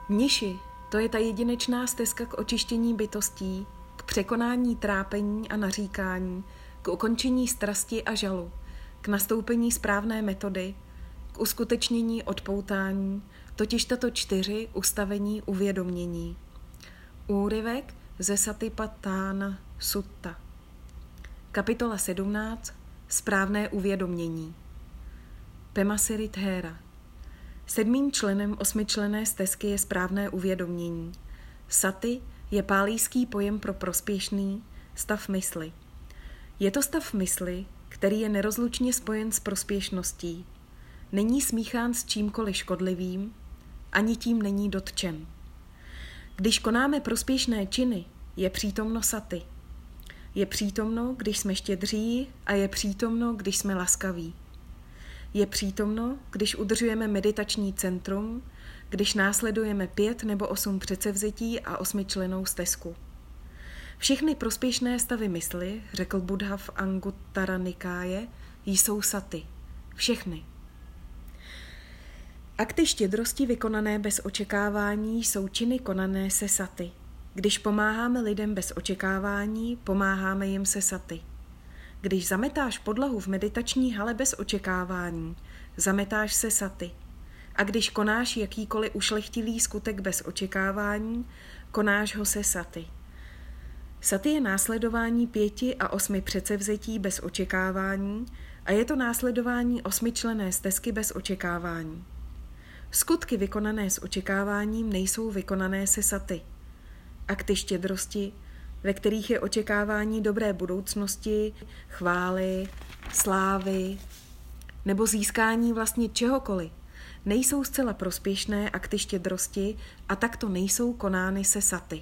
Mniši, to je ta jedinečná stezka k očištění bytostí, k překonání trápení a naříkání, k ukončení strasti a žalu, k nastoupení správné metody, k uskutečnění odpoutání, totiž tato 4 ustavení uvědomění. Úryvek ze Satipatthana Sutta. Kapitola 17. Správné uvědomění. Pemasiritthera. 7. členem 8členné stezky je správné uvědomění. Sati je pálíský pojem pro prospěšný stav mysli. Je to stav mysli, který je nerozlučně spojen s prospěšností. Není smíchán s čímkoliv škodlivým, ani tím není dotčen. Když konáme prospěšné činy, je přítomno sati. Je přítomno, když jsme štědří, a je přítomno, když jsme laskaví. Je přítomno, když udržujeme meditační centrum, když následujeme 5 nebo 8 předsevzetí a 8člennou stezku. Všechny prospěšné stavy mysli, řekl Buddha v Anguttara Nikáje, jsou sati. Všechny. Akty štědrosti vykonané bez očekávání jsou činy konané se sati. Když pomáháme lidem bez očekávání, pomáháme jim se sati. Když zametáš podlahu v meditační hale bez očekávání, zametáš se sati. A když konáš jakýkoliv ušlechtilý skutek bez očekávání, konáš ho se sati. Sati je následování 5 a 8 předsevzetí bez očekávání a je to následování 8členné stezky bez očekávání. Skutky vykonané s očekáváním nejsou vykonané se sati. Akty štědrosti, ve kterých je očekávání dobré budoucnosti, chvály, slávy nebo získání vlastně čehokoliv, nejsou zcela prospěšné akty štědrosti a takto nejsou konány se sati.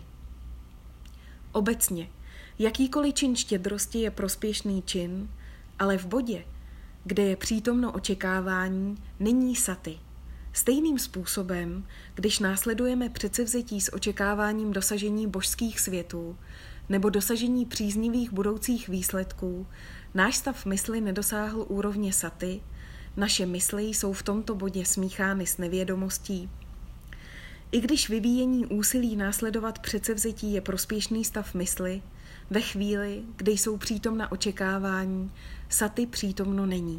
Obecně, jakýkoliv čin štědrosti je prospěšný čin, ale v bodě, kde je přítomno očekávání, není sati. Stejným způsobem, když následujeme předsevzetí s očekáváním dosažení božských světů nebo dosažení příznivých budoucích výsledků, náš stav mysli nedosáhl úrovně sati, naše mysli jsou v tomto bodě smíchány s nevědomostí. I když vyvíjení úsilí následovat předsevzetí je prospěšný stav mysli, ve chvíli, kdy jsou přítomna očekávání, sati přítomno není.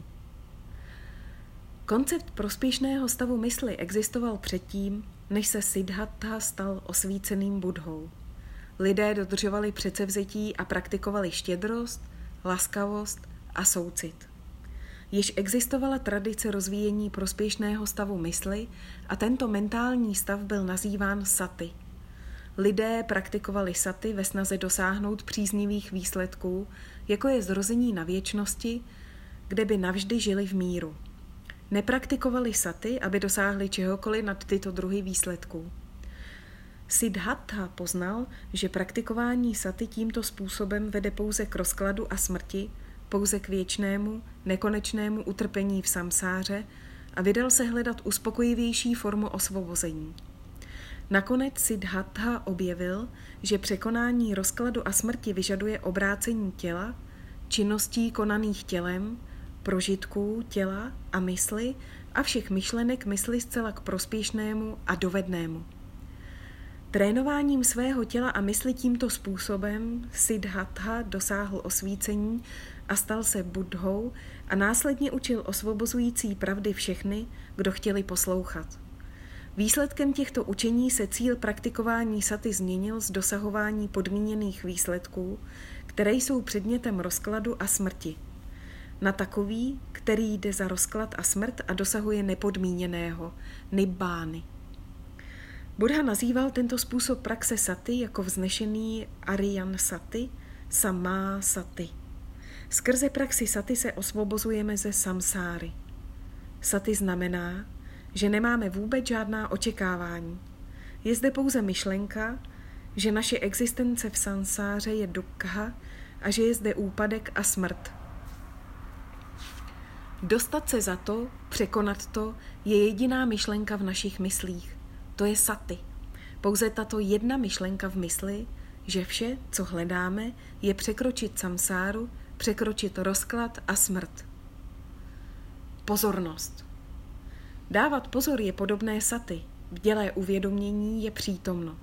Koncept prospěšného stavu mysli existoval předtím, než se Siddhartha stal osvíceným Buddhou. Lidé dodržovali předsevzetí a praktikovali štědrost, laskavost a soucit. Již existovala tradice rozvíjení prospěšného stavu mysli a tento mentální stav byl nazýván sati. Lidé praktikovali sati ve snaze dosáhnout příznivých výsledků, jako je zrození na věčnosti, kde by navždy žili v míru. Nepraktikovali sati, aby dosáhli čehokoliv nad tyto druhy výsledků. Siddhartha poznal, že praktikování sati tímto způsobem vede pouze k rozkladu a smrti, pouze k věčnému, nekonečnému utrpení v samsáře a vydal se hledat uspokojivější formu osvobození. Nakonec Siddhartha objevil, že překonání rozkladu a smrti vyžaduje obrácení těla, činností konaných tělem, prožitků těla a mysli a všech myšlenek mysli zcela k prospěšnému a dovednému. Trénováním svého těla a mysli tímto způsobem Siddhartha dosáhl osvícení a stal se Buddhou a následně učil osvobozující pravdy všechny, kdo chtěli poslouchat. Výsledkem těchto učení se cíl praktikování sati změnil z dosahování podmíněných výsledků, které jsou předmětem rozkladu a smrti, na takový, který jde za rozklad a smrt a dosahuje nepodmíněného, nibbány. Buddha nazýval tento způsob praxe sati jako vznešený Aryan sati, samá sati. Skrze praxi sati se osvobozujeme ze samsáry. Sati znamená, že nemáme vůbec žádná očekávání. Je zde pouze myšlenka, že naše existence v samsáře je dukkha a že je zde úpadek a smrt. Dostat se za to, překonat to, je jediná myšlenka v našich myslích. To je sati. Pouze tato jedna myšlenka v mysli, že vše, co hledáme, je překročit samsáru, překročit rozklad a smrt. Pozornost. Dávat pozor je podobné sati. Bdělé uvědomění je přítomno.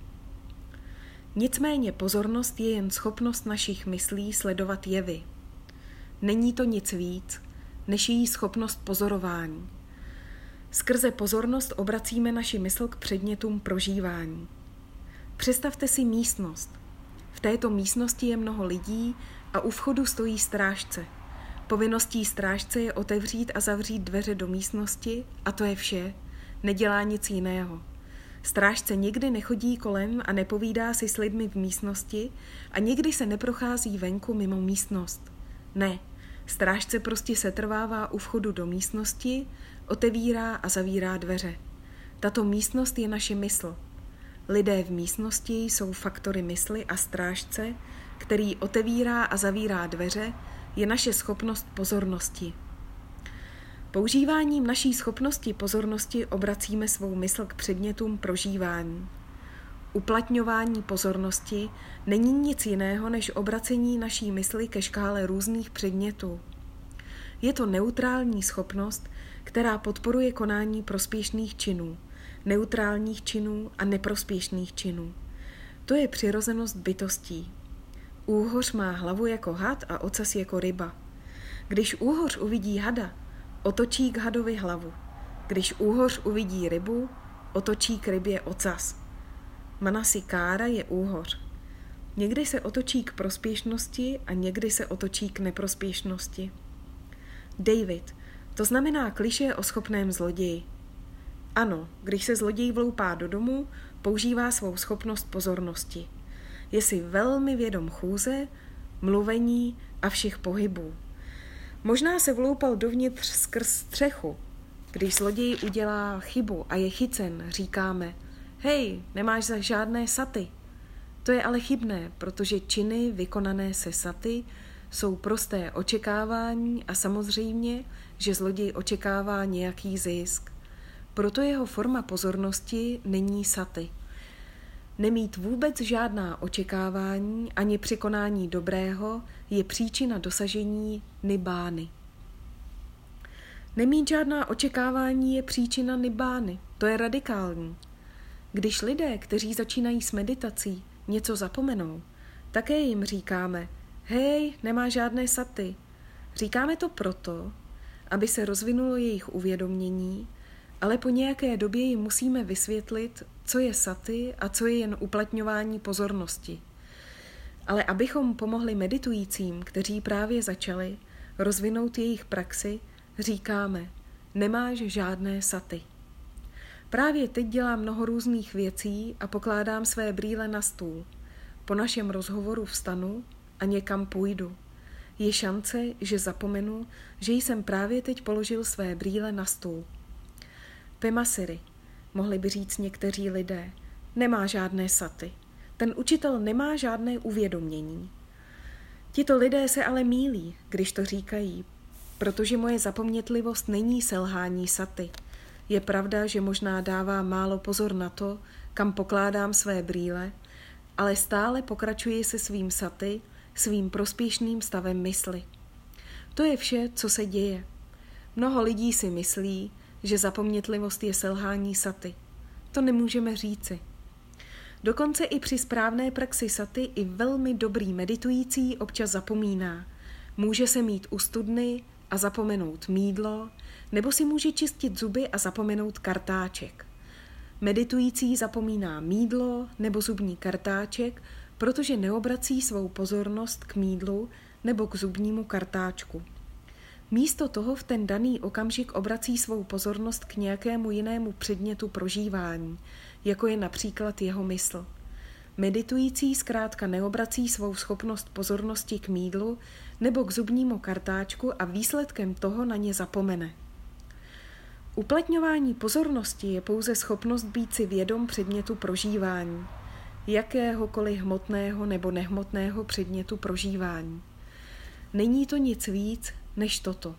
Nicméně pozornost je jen schopnost našich myslí sledovat jevy. Není to nic víc, než její schopnost pozorování. Skrze pozornost obracíme naši mysl k předmětům prožívání. Představte si místnost. V této místnosti je mnoho lidí a u vchodu stojí strážce. Povinností strážce je otevřít a zavřít dveře do místnosti a to je vše. Nedělá nic jiného. Strážce nikdy nechodí kolem a nepovídá si s lidmi v místnosti a nikdy se neprochází venku mimo místnost. Ne, strážce prostě setrvává u vchodu do místnosti, otevírá a zavírá dveře. Tato místnost je naše mysl. Lidé v místnosti jsou faktory mysli a strážce, který otevírá a zavírá dveře, je naše schopnost pozornosti. Používáním naší schopnosti pozornosti obracíme svou mysl k předmětům prožívání. Uplatňování pozornosti není nic jiného než obracení naší mysli ke škále různých předmětů. Je to neutrální schopnost, která podporuje konání prospěšných činů, neutrálních činů a neprospěšných činů. To je přirozenost bytostí. Úhoř má hlavu jako had a ocas jako ryba. Když úhoř uvidí hada, otočí k hadovi hlavu. Když úhoř uvidí rybu, otočí k rybě ocas. Manasikára je úhoř. Někdy se otočí k prospěšnosti a někdy se otočí k neprospěšnosti. David, to znamená klišé o schopném zloději. Ano, když se zloděj vloupá do domu, používá svou schopnost pozornosti. Je si velmi vědom chůze, mluvení a všech pohybů. Možná se vloupal dovnitř skrz střechu. Když zloděj udělá chybu a je chycen, říkáme: hej, nemáš za žádné saty. To je ale chybné, protože činy vykonané se saty jsou prosté očekávání a samozřejmě, že zloděj očekává nějaký zisk. Proto jeho forma pozornosti není saty. Nemít vůbec žádná očekávání ani při konání dobrého je příčina dosažení nibány. Nemít žádná očekávání je příčina nibány. To je radikální. Když lidé, kteří začínají s meditací, něco zapomenou, také jim říkáme: hej, nemá žádné saty. Říkáme to proto, aby se rozvinulo jejich uvědomění, ale po nějaké době jim musíme vysvětlit, co je saty a co je jen uplatňování pozornosti. Ale abychom pomohli meditujícím, kteří právě začali, rozvinout jejich praxi, říkáme: nemáš žádné saty. Právě teď dělám mnoho různých věcí a pokládám své brýle na stůl. Po našem rozhovoru vstanu a někam půjdu. Je šance, že zapomenu, že jsem právě teď položil své brýle na stůl. Pemasiri, mohli by říct někteří lidé, nemá žádné saty. Ten učitel nemá žádné uvědomění. Tito lidé se ale mýlí, když to říkají, protože moje zapomnětlivost není selhání saty. Je pravda, že možná dává málo pozor na to, kam pokládám své brýle, ale stále pokračuji se svým saty, svým prospěšným stavem mysli. To je vše, co se děje. Mnoho lidí si myslí, že zapomnětlivost je selhání saty. To nemůžeme říci. Dokonce i při správné praxi saty i velmi dobrý meditující občas zapomíná. Může se mít u studny a zapomenout mýdlo, nebo si může čistit zuby a zapomenout kartáček. Meditující zapomíná mýdlo nebo zubní kartáček, protože neobrací svou pozornost k mýdlu nebo k zubnímu kartáčku. Místo toho v ten daný okamžik obrací svou pozornost k nějakému jinému předmětu prožívání, jako je například jeho mysl. Meditující zkrátka neobrací svou schopnost pozornosti k mýdlu nebo k zubnímu kartáčku a výsledkem toho na ně zapomene. Uplatňování pozornosti je pouze schopnost být si vědom předmětu prožívání, jakéhokoliv hmotného nebo nehmotného předmětu prožívání. Není to nic víc než toto.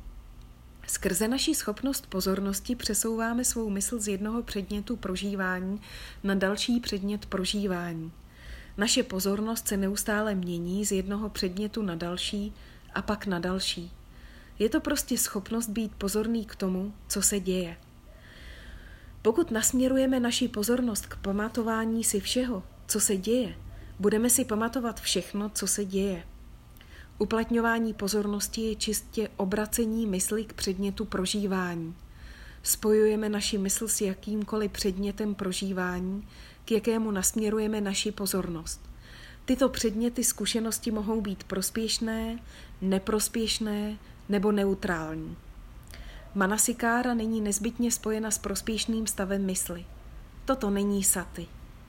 Skrze naši schopnost pozornosti přesouváme svou mysl z jednoho předmětu prožívání na další předmět prožívání. Naše pozornost se neustále mění z jednoho předmětu na další a pak na další. Je to prostě schopnost být pozorný k tomu, co se děje. Pokud nasměrujeme naši pozornost k pamatování si všeho, co se děje, budeme si pamatovat všechno, co se děje. Uplatňování pozornosti je čistě obracení mysli k předmětu prožívání. Spojujeme naši mysl s jakýmkoliv předmětem prožívání, k jakému nasměrujeme naši pozornost. Tyto předměty zkušenosti mohou být prospěšné, neprospěšné nebo neutrální. Manasikára není nezbytně spojena s prospěšným stavem mysli. Toto není sati.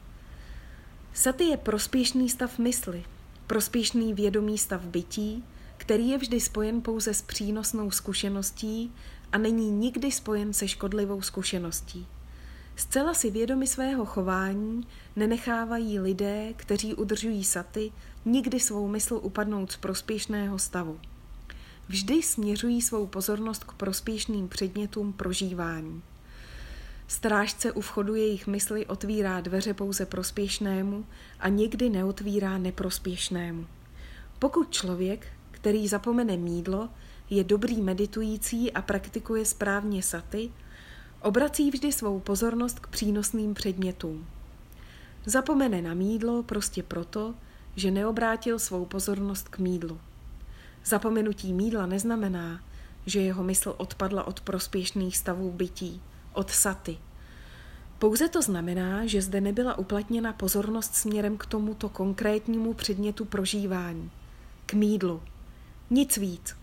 Sati je prospěšný stav mysli, prospěšný vědomý stav bytí, který je vždy spojen pouze s přínosnou zkušeností a není nikdy spojen se škodlivou zkušeností. Zcela si vědomi svého chování nenechávají lidé, kteří udržují sati, nikdy svou mysl upadnout z prospěšného stavu. Vždy směřují svou pozornost k prospěšným předmětům prožívání. Strážce u vchodu jejich mysli otvírá dveře pouze prospěšnému a nikdy neotvírá neprospěšnému. Pokud člověk, který zapomene mýdlo, je dobrý meditující a praktikuje správně sati, obrací vždy svou pozornost k přínosným předmětům. Zapomene na mýdlo prostě proto, že neobrátil svou pozornost k mýdlu. Zapomenutí mýdla neznamená, že jeho mysl odpadla od prospěšných stavů bytí, od sati. Pouze to znamená, že zde nebyla uplatněna pozornost směrem k tomuto konkrétnímu předmětu prožívání, k mýdlu. Nic víc.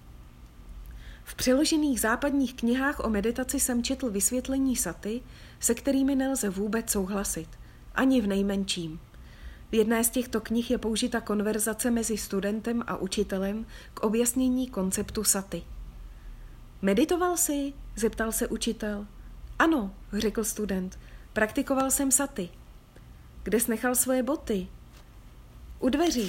V přeložených západních knihách o meditaci jsem četl vysvětlení sati, se kterými nelze vůbec souhlasit, ani v nejmenším. V jedné z těchto knih je použita konverzace mezi studentem a učitelem k objasnění konceptu sati. Meditoval jsi? Zeptal se učitel. Ano, řekl student, praktikoval jsem sati. Kde jsi nechal svoje boty? U dveří.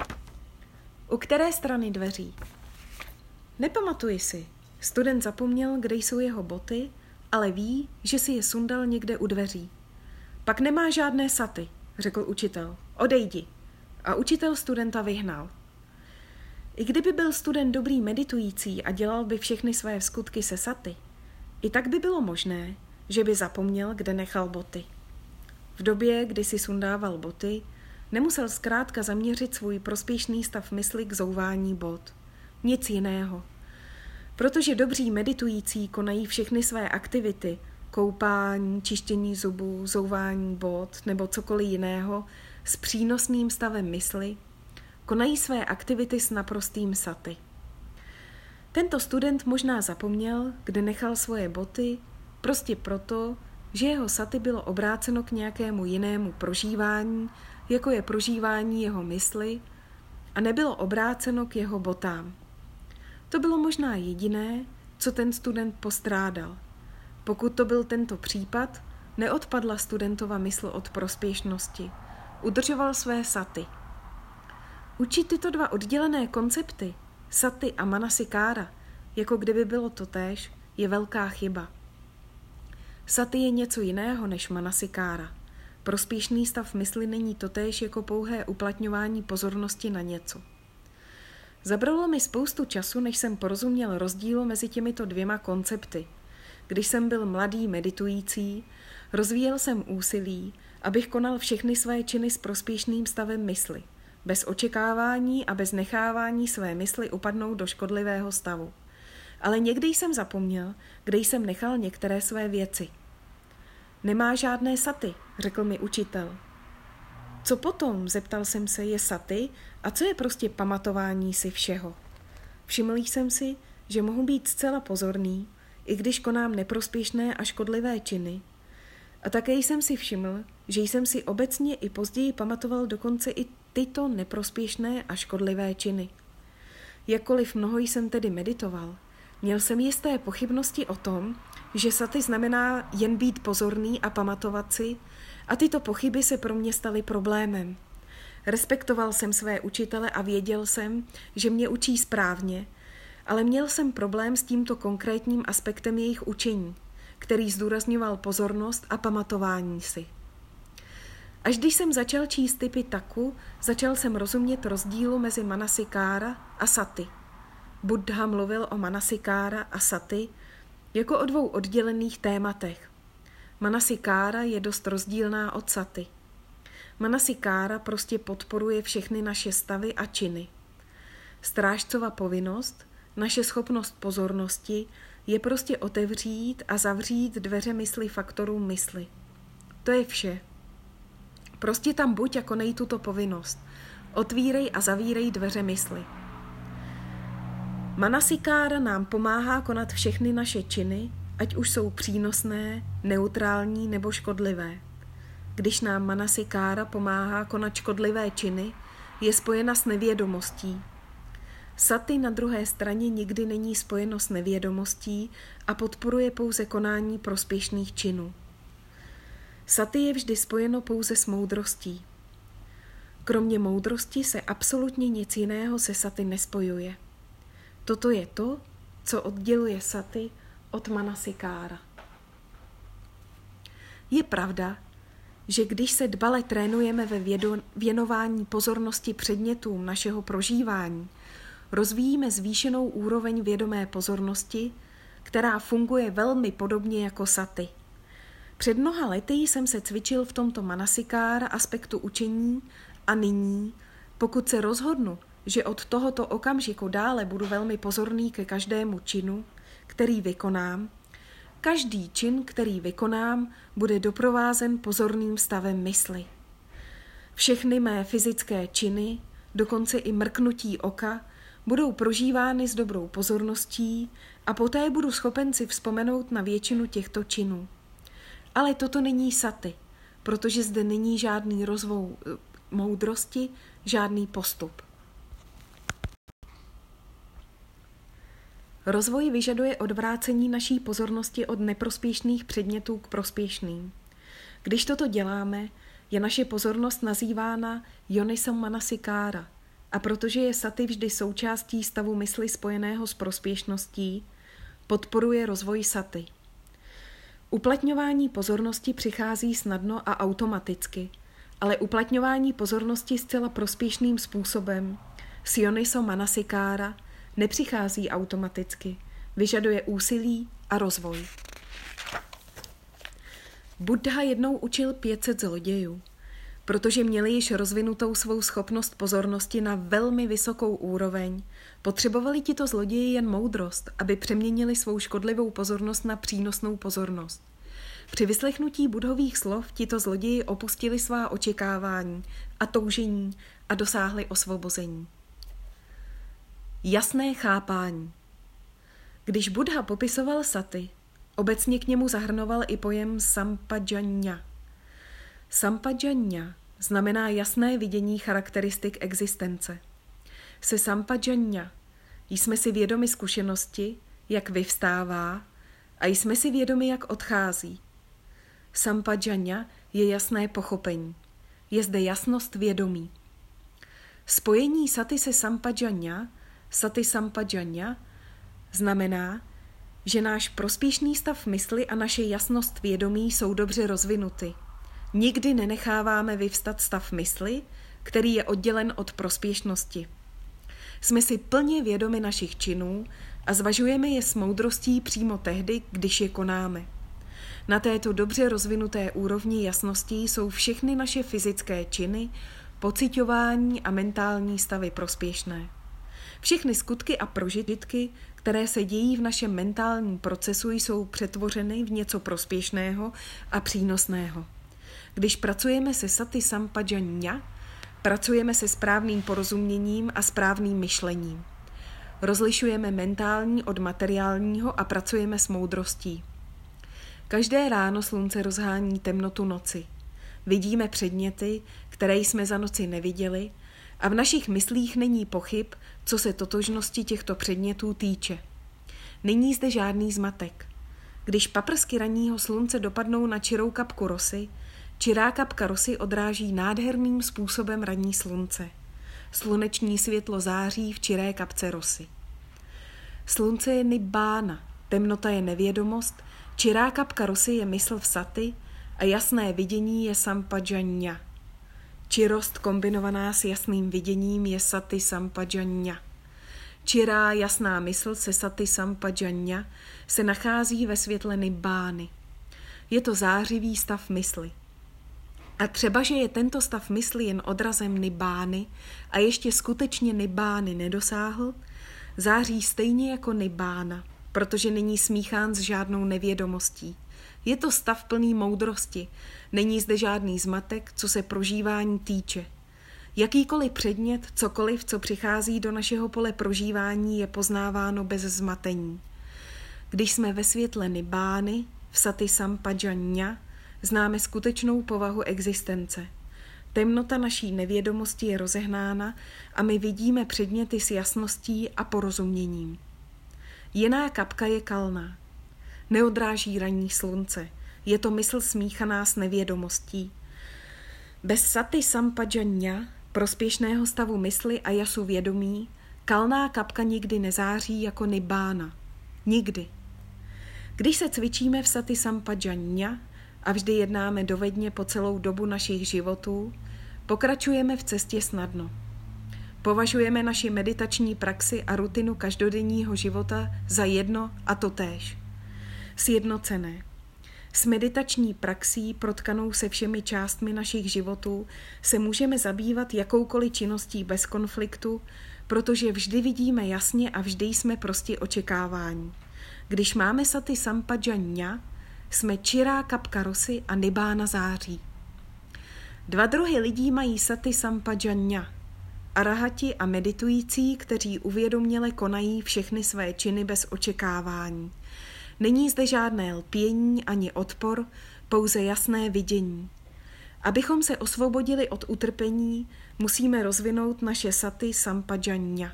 U které strany dveří? Nepamatuji si. Student zapomněl, kde jsou jeho boty, ale ví, že si je sundal někde u dveří. Pak nemá žádné sati, řekl učitel. Odejdi. A učitel studenta vyhnal. I kdyby byl student dobrý meditující a dělal by všechny své skutky se sati, i tak by bylo možné, že by zapomněl, kde nechal boty. V době, kdy si sundával boty, nemusel zkrátka zaměřit svůj prospěšný stav mysli k zouvání bot. Nic jiného. Protože dobří meditující konají všechny své aktivity, koupání, čištění zubů, zouvání bot nebo cokoliv jiného s přínosným stavem mysli, konají své aktivity s naprostým sati. Tento student možná zapomněl, kde nechal svoje boty, prostě proto, že jeho sati bylo obráceno k nějakému jinému prožívání, jako je prožívání jeho mysli, a nebylo obráceno k jeho botám. To bylo možná jediné, co ten student postrádal. Pokud to byl tento případ, neodpadla studentova mysl od prospěšnosti. Udržoval své sati. Učit tyto dva oddělené koncepty, sati a manasikára, jako kdyby bylo totéž, je velká chyba. Sati je něco jiného než manasikára. Prospěšný stav mysli není totéž jako pouhé uplatňování pozornosti na něco. Zabralo mi spoustu času, než jsem porozuměl rozdílu mezi těmito dvěma koncepty. Když jsem byl mladý meditující, rozvíjel jsem úsilí, abych konal všechny své činy s prospěšným stavem mysli, bez očekávání a bez nechávání své mysli upadnout do škodlivého stavu. Ale někdy jsem zapomněl, kde jsem nechal některé své věci. Nemá žádné sati, řekl mi učitel. Co potom, zeptal jsem se, je sati a co je prostě pamatování si všeho? Všiml jsem si, že mohu být zcela pozorný, i když konám neprospěšné a škodlivé činy. A také jsem si všiml, že jsem si obecně i později pamatoval dokonce i tyto neprospěšné a škodlivé činy. Jakkoliv mnoho jsem tedy meditoval, měl jsem jisté pochybnosti o tom, že sati znamená jen být pozorný a pamatovat si, a tyto pochyby se pro mě staly problémem. Respektoval jsem své učitele a věděl jsem, že mě učí správně, ale měl jsem problém s tímto konkrétním aspektem jejich učení, který zdůrazňoval pozornost a pamatování si. Až když jsem začal číst Tipitaku, začal jsem rozumět rozdílu mezi manasikára a sati. Buddha mluvil o manasikára a sati jako o dvou oddělených tématech. Manasikára je dost rozdílná od saty. Manasikára prostě podporuje všechny naše stavy a činy. Strážcova povinnost, naše schopnost pozornosti, je prostě otevřít a zavřít dveře mysli faktorům mysli. To je vše. Prostě tam buď a konej tuto povinnost. Otvírej a zavírej dveře mysli. Manasikára nám pomáhá konat všechny naše činy, ať už jsou přínosné, neutrální nebo škodlivé. Když nám manasikára pomáhá konat škodlivé činy, je spojena s nevědomostí. Sati na druhé straně nikdy není spojeno s nevědomostí a podporuje pouze konání prospěšných činů. Sati je vždy spojeno pouze s moudrostí. Kromě moudrosti se absolutně nic jiného se sati nespojuje. Toto je to, co odděluje sati od manasikára. Je pravda, že když se dbale trénujeme ve věnování pozornosti předmětům našeho prožívání, rozvíjíme zvýšenou úroveň vědomé pozornosti, která funguje velmi podobně jako sati. Před mnoha lety jsem se cvičil v tomto manasikára aspektu učení a nyní, pokud se rozhodnu, že od tohoto okamžiku dále budu velmi pozorný ke každému činu, který vykonám, každý čin, který vykonám, bude doprovázen pozorným stavem mysli. Všechny mé fyzické činy, dokonce i mrknutí oka, budou prožívány s dobrou pozorností a poté budu schopen si vzpomenout na většinu těchto činů. Ale toto není sati, protože zde není žádný rozvoj moudrosti, žádný postup. Rozvoj vyžaduje odvrácení naší pozornosti od neprospěšných předmětů k prospěšným. Když toto děláme, je naše pozornost nazývána Yoniso Manasikára a protože je sati vždy součástí stavu mysli spojeného s prospěšností, podporuje rozvoj sati. Uplatňování pozornosti přichází snadno a automaticky, ale uplatňování pozornosti zcela prospěšným způsobem s Yoniso Manasikára nepřichází automaticky, vyžaduje úsilí a rozvoj. Buddha jednou učil 500 zlodějů. Protože měli již rozvinutou svou schopnost pozornosti na velmi vysokou úroveň, potřebovali tito zloději jen moudrost, aby přeměnili svou škodlivou pozornost na přínosnou pozornost. Při vyslechnutí Buddhových slov tito zloději opustili svá očekávání a toužení a dosáhli osvobození. Jasné chápání. Když Buddha popisoval sati, obecně k němu zahrnoval i pojem sampajanya. Sampajanya znamená jasné vidění charakteristik existence. Se sampajanya jsme si vědomi zkušenosti, jak vyvstává, a jsme si vědomi, jak odchází. Sampajanya je jasné pochopení. Je zde jasnost vědomí. Spojení sati se sampajanya, sati sampajanya, znamená, že náš prospěšný stav mysli a naše jasnost vědomí jsou dobře rozvinuty. Nikdy nenecháváme vyvstat stav mysli, který je oddělen od prospěšnosti. Jsme si plně vědomi našich činů a zvažujeme je s moudrostí přímo tehdy, když je konáme. Na této dobře rozvinuté úrovni jasnosti jsou všechny naše fyzické činy, pociťování a mentální stavy prospěšné. Všechny skutky a prožitky, které se dějí v našem mentálním procesu, jsou přetvořeny v něco prospěšného a přínosného. Když pracujeme se sati sampajanya, pracujeme se správným porozuměním a správným myšlením. Rozlišujeme mentální od materiálního a pracujeme s moudrostí. Každé ráno slunce rozhání temnotu noci. Vidíme předměty, které jsme za noci neviděli, a v našich myslích není pochyb, co se totožnosti těchto předmětů týče. Není zde žádný zmatek. Když paprsky ranního slunce dopadnou na čirou kapku rosy, čirá kapka rosy odráží nádherným způsobem ranní slunce. Sluneční světlo září v čiré kapce rosy. Slunce je nibbána, temnota je nevědomost, čirá kapka rosy je mysl v sati a jasné vidění je sampajanya. Čirost kombinovaná s jasným viděním je sati sampajanya. Čirá jasná mysl se sati sampajanya se nachází ve světle nibbány. Je to zářivý stav mysli. A třeba, že je tento stav mysli jen odrazem nibbány a ještě skutečně nibbány nedosáhl, září stejně jako nibbána, protože není smíchán s žádnou nevědomostí. Je to stav plný moudrosti, není zde žádný zmatek, co se prožívání týče. Jakýkoliv předmět, cokoliv, co přichází do našeho pole prožívání, je poznáváno bez zmatení. Když jsme ve světle nibbány, v sati sampajanya, známe skutečnou povahu existence. Temnota naší nevědomosti je rozehnána a my vidíme předměty s jasností a porozuměním. Jiná kapka je kalná. Neodráží ranní slunce. Je to mysl smíchaná s nevědomostí. Bez sati sampajanya, prospěšného stavu mysli a jasu vědomí, kalná kapka nikdy nezáří jako nibbána. Nikdy. Když se cvičíme v sati sampajanya a vždy jednáme dovedně po celou dobu našich životů, pokračujeme v cestě snadno. Považujeme naši meditační praxi a rutinu každodenního života za jedno a totéž. Sjednocené. S meditační praxí protkanou se všemi částmi našich životů se můžeme zabývat jakoukoliv činností bez konfliktu, protože vždy vidíme jasně a vždy jsme prostě očekávání. Když máme sati sampajanya, jsme čirá kapka rosy a nibbána září. Dva druhy lidí mají sati sampajanya. Arahati a meditující, kteří uvědoměle konají všechny své činy bez očekávání. Není zde žádné lpění ani odpor, pouze jasné vidění. Abychom se osvobodili od utrpení, musíme rozvinout naše sati sampajanya.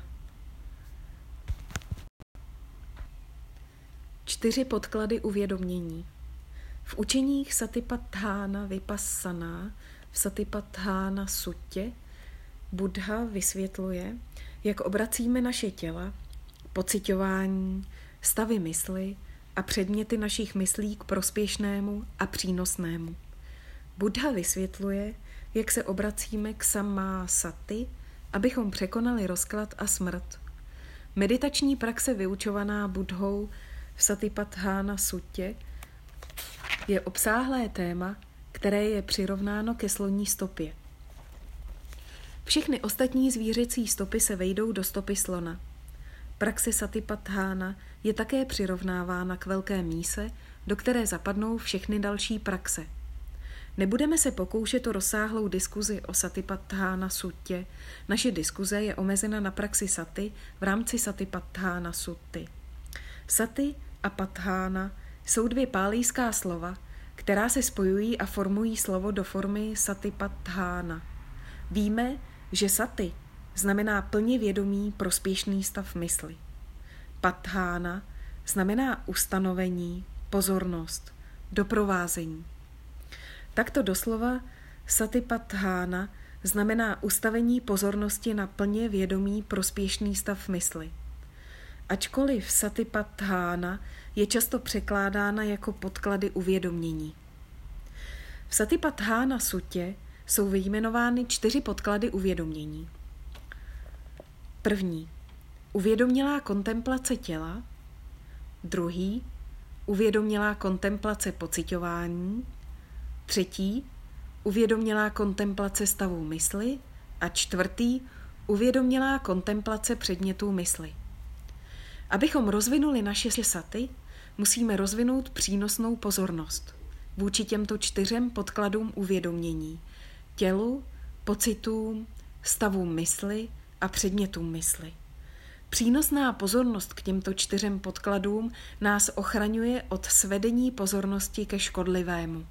4 podklady uvědomění. V učeních Satipatthana Vipassana, v Satipatthana Suttě, Buddha vysvětluje, jak obracíme naše těla, pociťování, stavy mysli a předměty našich myslí k prospěšnému a přínosnému. Buddha vysvětluje, jak se obracíme k sammásati, abychom překonali rozklad a smrt. Meditační praxe vyučovaná Buddhou v Satipatthana Suttě je obsáhlé téma, které je přirovnáno ke sloní stopě. Všechny ostatní zvířecí stopy se vejdou do stopy slona. Praxe Satipatthana je také přirovnávána k velké míse, do které zapadnou všechny další praxe. Nebudeme se pokoušet o rozsáhlou diskuzi o Satipatthana Suttě. Naše diskuze je omezena na praxi sati v rámci Satipatthana Sutty. Sati a patthana jsou 2 pálijská slova, která se spojují a formují slovo do formy Satipatthana. Víme, že sati znamená plně vědomý prospěšný stav mysli. Patthana znamená ustanovení, pozornost, doprovázení. Takto doslova Satipatthana znamená ustavení pozornosti na plně vědomý prospěšný stav mysli. Ačkoliv Satipatthana je často překládána jako podklady uvědomění. V Satipatthana Suttě jsou vyjmenovány 4 podklady uvědomění. První. Uvědomělá kontemplace těla. Druhý. Uvědomělá kontemplace pociťování. Třetí. Uvědomělá kontemplace stavů mysli. A 4. Uvědomělá kontemplace předmětů mysli. Abychom rozvinuli naše sati, musíme rozvinout přínosnou pozornost vůči těmto 4 podkladům uvědomění. Tělu, pocitům, stavům mysli a předmětům mysli. Přínosná pozornost k těmto 4 podkladům nás ochraňuje od svedení pozornosti ke škodlivému.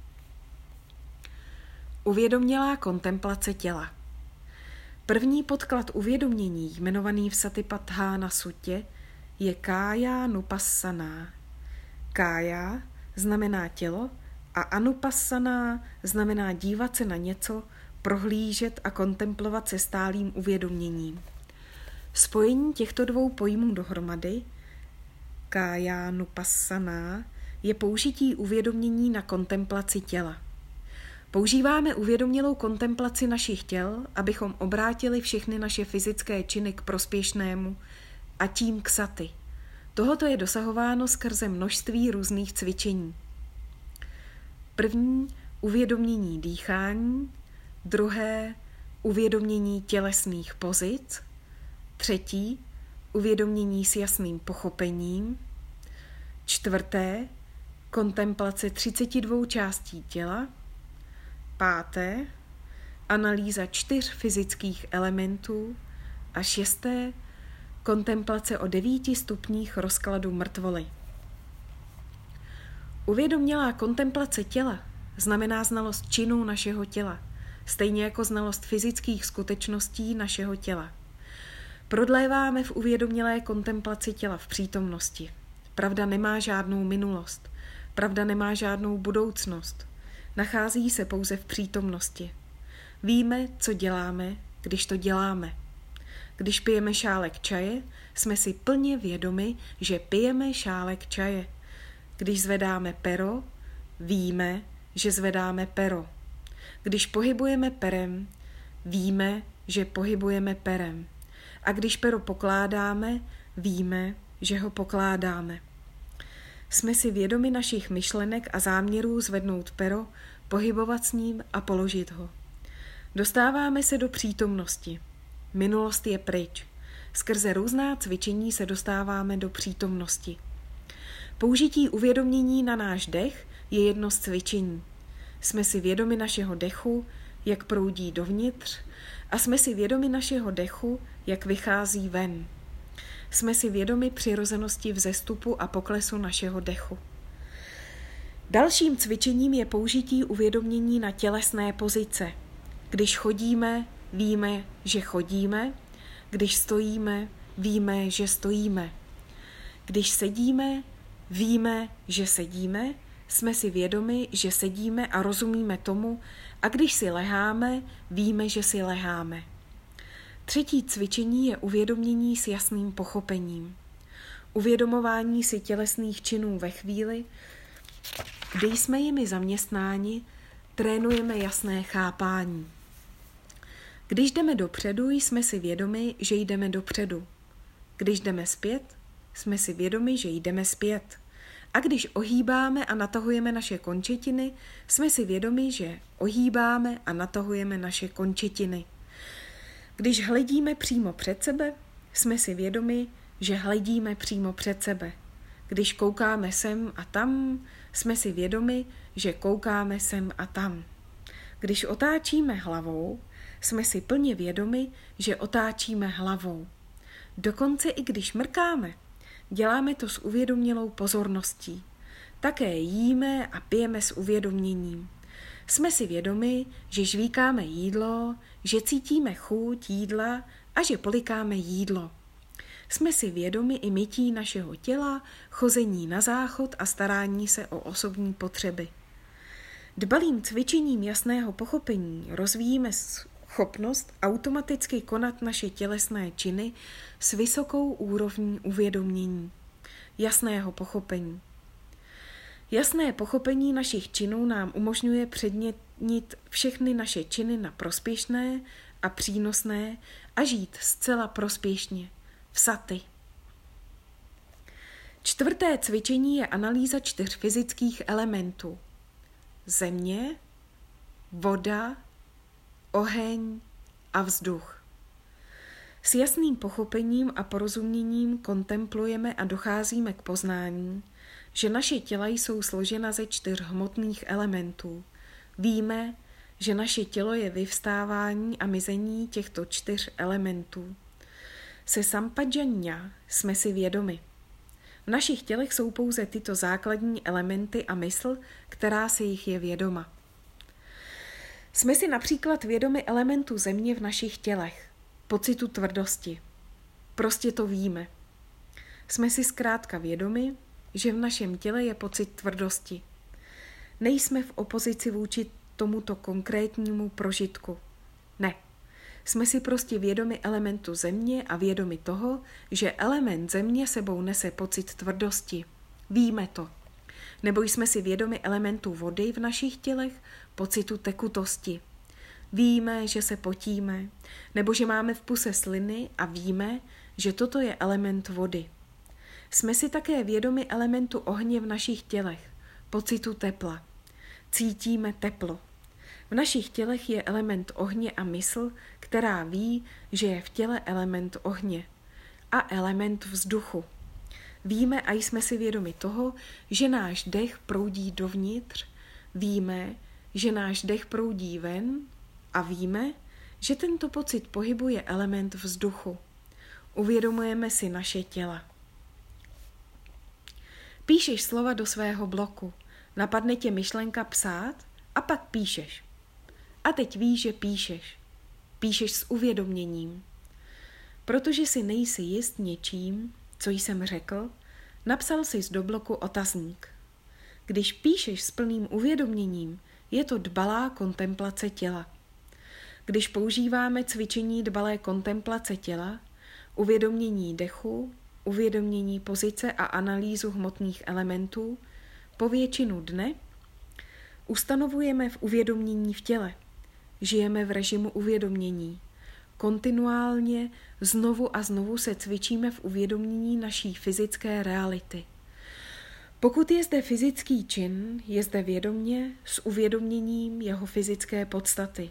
Uvědomělá kontemplace těla. První podklad uvědomění, jmenovaný v Satipatthana Suttě, je kájánupassana. Kája znamená tělo a anupassana znamená dívat se na něco, prohlížet a kontemplovat se stálým uvědoměním. Spojení těchto 2 pojmů dohromady, kájánupassana, je použití uvědomění na kontemplaci těla. Používáme uvědomělou kontemplaci našich těl, abychom obrátili všechny naše fyzické činy k prospěšnému a tím k sati. Tohoto je dosahováno skrze množství různých cvičení. První uvědomění dýchání, druhé uvědomění tělesných pozic, třetí uvědomění s jasným pochopením, čtvrté kontemplace 32 částí těla, páté analýza 4 fyzických elementů a šesté kontemplace o 9 stupních rozkladu mrtvoly. Uvědomělá kontemplace těla znamená znalost činů našeho těla, stejně jako znalost fyzických skutečností našeho těla. Prodléváme v uvědomělé kontemplaci těla v přítomnosti. Pravda nemá žádnou minulost, pravda nemá žádnou budoucnost, nachází se pouze v přítomnosti. Víme, co děláme, když to děláme. Když pijeme šálek čaje, jsme si plně vědomi, že pijeme šálek čaje. Když zvedáme pero, víme, že zvedáme pero. Když pohybujeme perem, víme, že pohybujeme perem. A když pero pokládáme, víme, že ho pokládáme. Jsme si vědomi našich myšlenek a záměrů zvednout pero, pohybovat s ním a položit ho. Dostáváme se do přítomnosti. Minulost je pryč. Skrze různá cvičení se dostáváme do přítomnosti. Použití uvědomění na náš dech je jedno z cvičení. Jsme si vědomi našeho dechu, jak proudí dovnitř, a jsme si vědomi našeho dechu, jak vychází ven. Jsme si vědomi přirozenosti vzestupu a poklesu našeho dechu. Dalším cvičením je použití uvědomění na tělesné pozice. Když chodíme, víme, že chodíme. Když stojíme, víme, že stojíme. Když sedíme, víme, že sedíme. Jsme si vědomi, že sedíme a rozumíme tomu, a když si leháme, víme, že si leháme. Třetí cvičení je uvědomění s jasným pochopením. Uvědomování si tělesných činů ve chvíli, kdy jsme jimi zaměstnáni, trénujeme jasné chápání. Když jdeme dopředu, jsme si vědomi, že jdeme dopředu. Když jdeme zpět, jsme si vědomi, že jdeme zpět. A když ohýbáme a natahujeme naše končetiny, jsme si vědomi, že ohýbáme a natahujeme naše končetiny. Když hledíme přímo před sebe, jsme si vědomi, že hledíme přímo před sebe. Když koukáme sem a tam, jsme si vědomi, že koukáme sem a tam. Když otáčíme hlavou, jsme si plně vědomi, že otáčíme hlavou. Dokonce i když mrkáme, děláme to s uvědomělou pozorností. Také jíme a pijeme s uvědoměním. Jsme si vědomi, že žvíkáme jídlo, že cítíme chuť jídla a že polikáme jídlo. Jsme si vědomi i mytí našeho těla, chození na záchod a starání se o osobní potřeby. Dbalým cvičením jasného pochopení rozvíjíme schopnost automaticky konat naše tělesné činy s vysokou úrovní uvědomění, jasného pochopení. Jasné pochopení našich činů nám umožňuje předmětnit všechny naše činy na prospěšné a přínosné a žít zcela prospěšně, v sati. Čtvrté cvičení je analýza 4 fyzických elementů. Země, voda, oheň a vzduch. S jasným pochopením a porozuměním kontemplujeme a docházíme k poznání, že naše těla jsou složena ze 4 hmotných elementů. Víme, že naše tělo je vyvstávání a mizení těchto 4 elementů. Se sampajanya jsme si vědomi. V našich tělech jsou pouze tyto základní elementy a mysl, která si jich je vědoma. Jsme si například vědomi elementu země v našich tělech, pocitu tvrdosti. Prostě to víme. Jsme si zkrátka vědomi, že v našem těle je pocit tvrdosti. Nejsme v opozici vůči tomuto konkrétnímu prožitku. Ne. Jsme si prostě vědomi elementu země a vědomi toho, že element země sebou nese pocit tvrdosti. Víme to. Nebo jsme si vědomi elementu vody v našich tělech, pocitu tekutosti. Víme, že se potíme, nebo že máme v puse sliny a víme, že toto je element vody. Jsme si také vědomi elementu ohně v našich tělech, pocitu tepla. cítíme teplo. V našich tělech je element ohně a mysl, která ví, že je v těle element ohně a element vzduchu. Víme a jsme si vědomi toho, že náš dech proudí dovnitř, víme, že náš dech proudí ven a víme, že tento pocit pohybu je element vzduchu. Uvědomujeme si naše těla. Píšeš slova do svého bloku, napadne tě myšlenka psát a pak píšeš. A teď víš, že píšeš. Píšeš s uvědoměním. Protože si nejsi jist něčím, co jsem řekl, napsal jsi do bloku otazník. Když píšeš s plným uvědoměním, je to dbalá kontemplace těla. Když používáme cvičení dbalé kontemplace těla, uvědomění dechu, uvědomění pozice a analýzu hmotných elementů, po většinu dne, ustanovujeme v uvědomění v těle. Žijeme v režimu uvědomění. Kontinuálně znovu a znovu se cvičíme v uvědomění naší fyzické reality. Pokud je zde fyzický čin, je zde vědomě s uvědoměním jeho fyzické podstaty.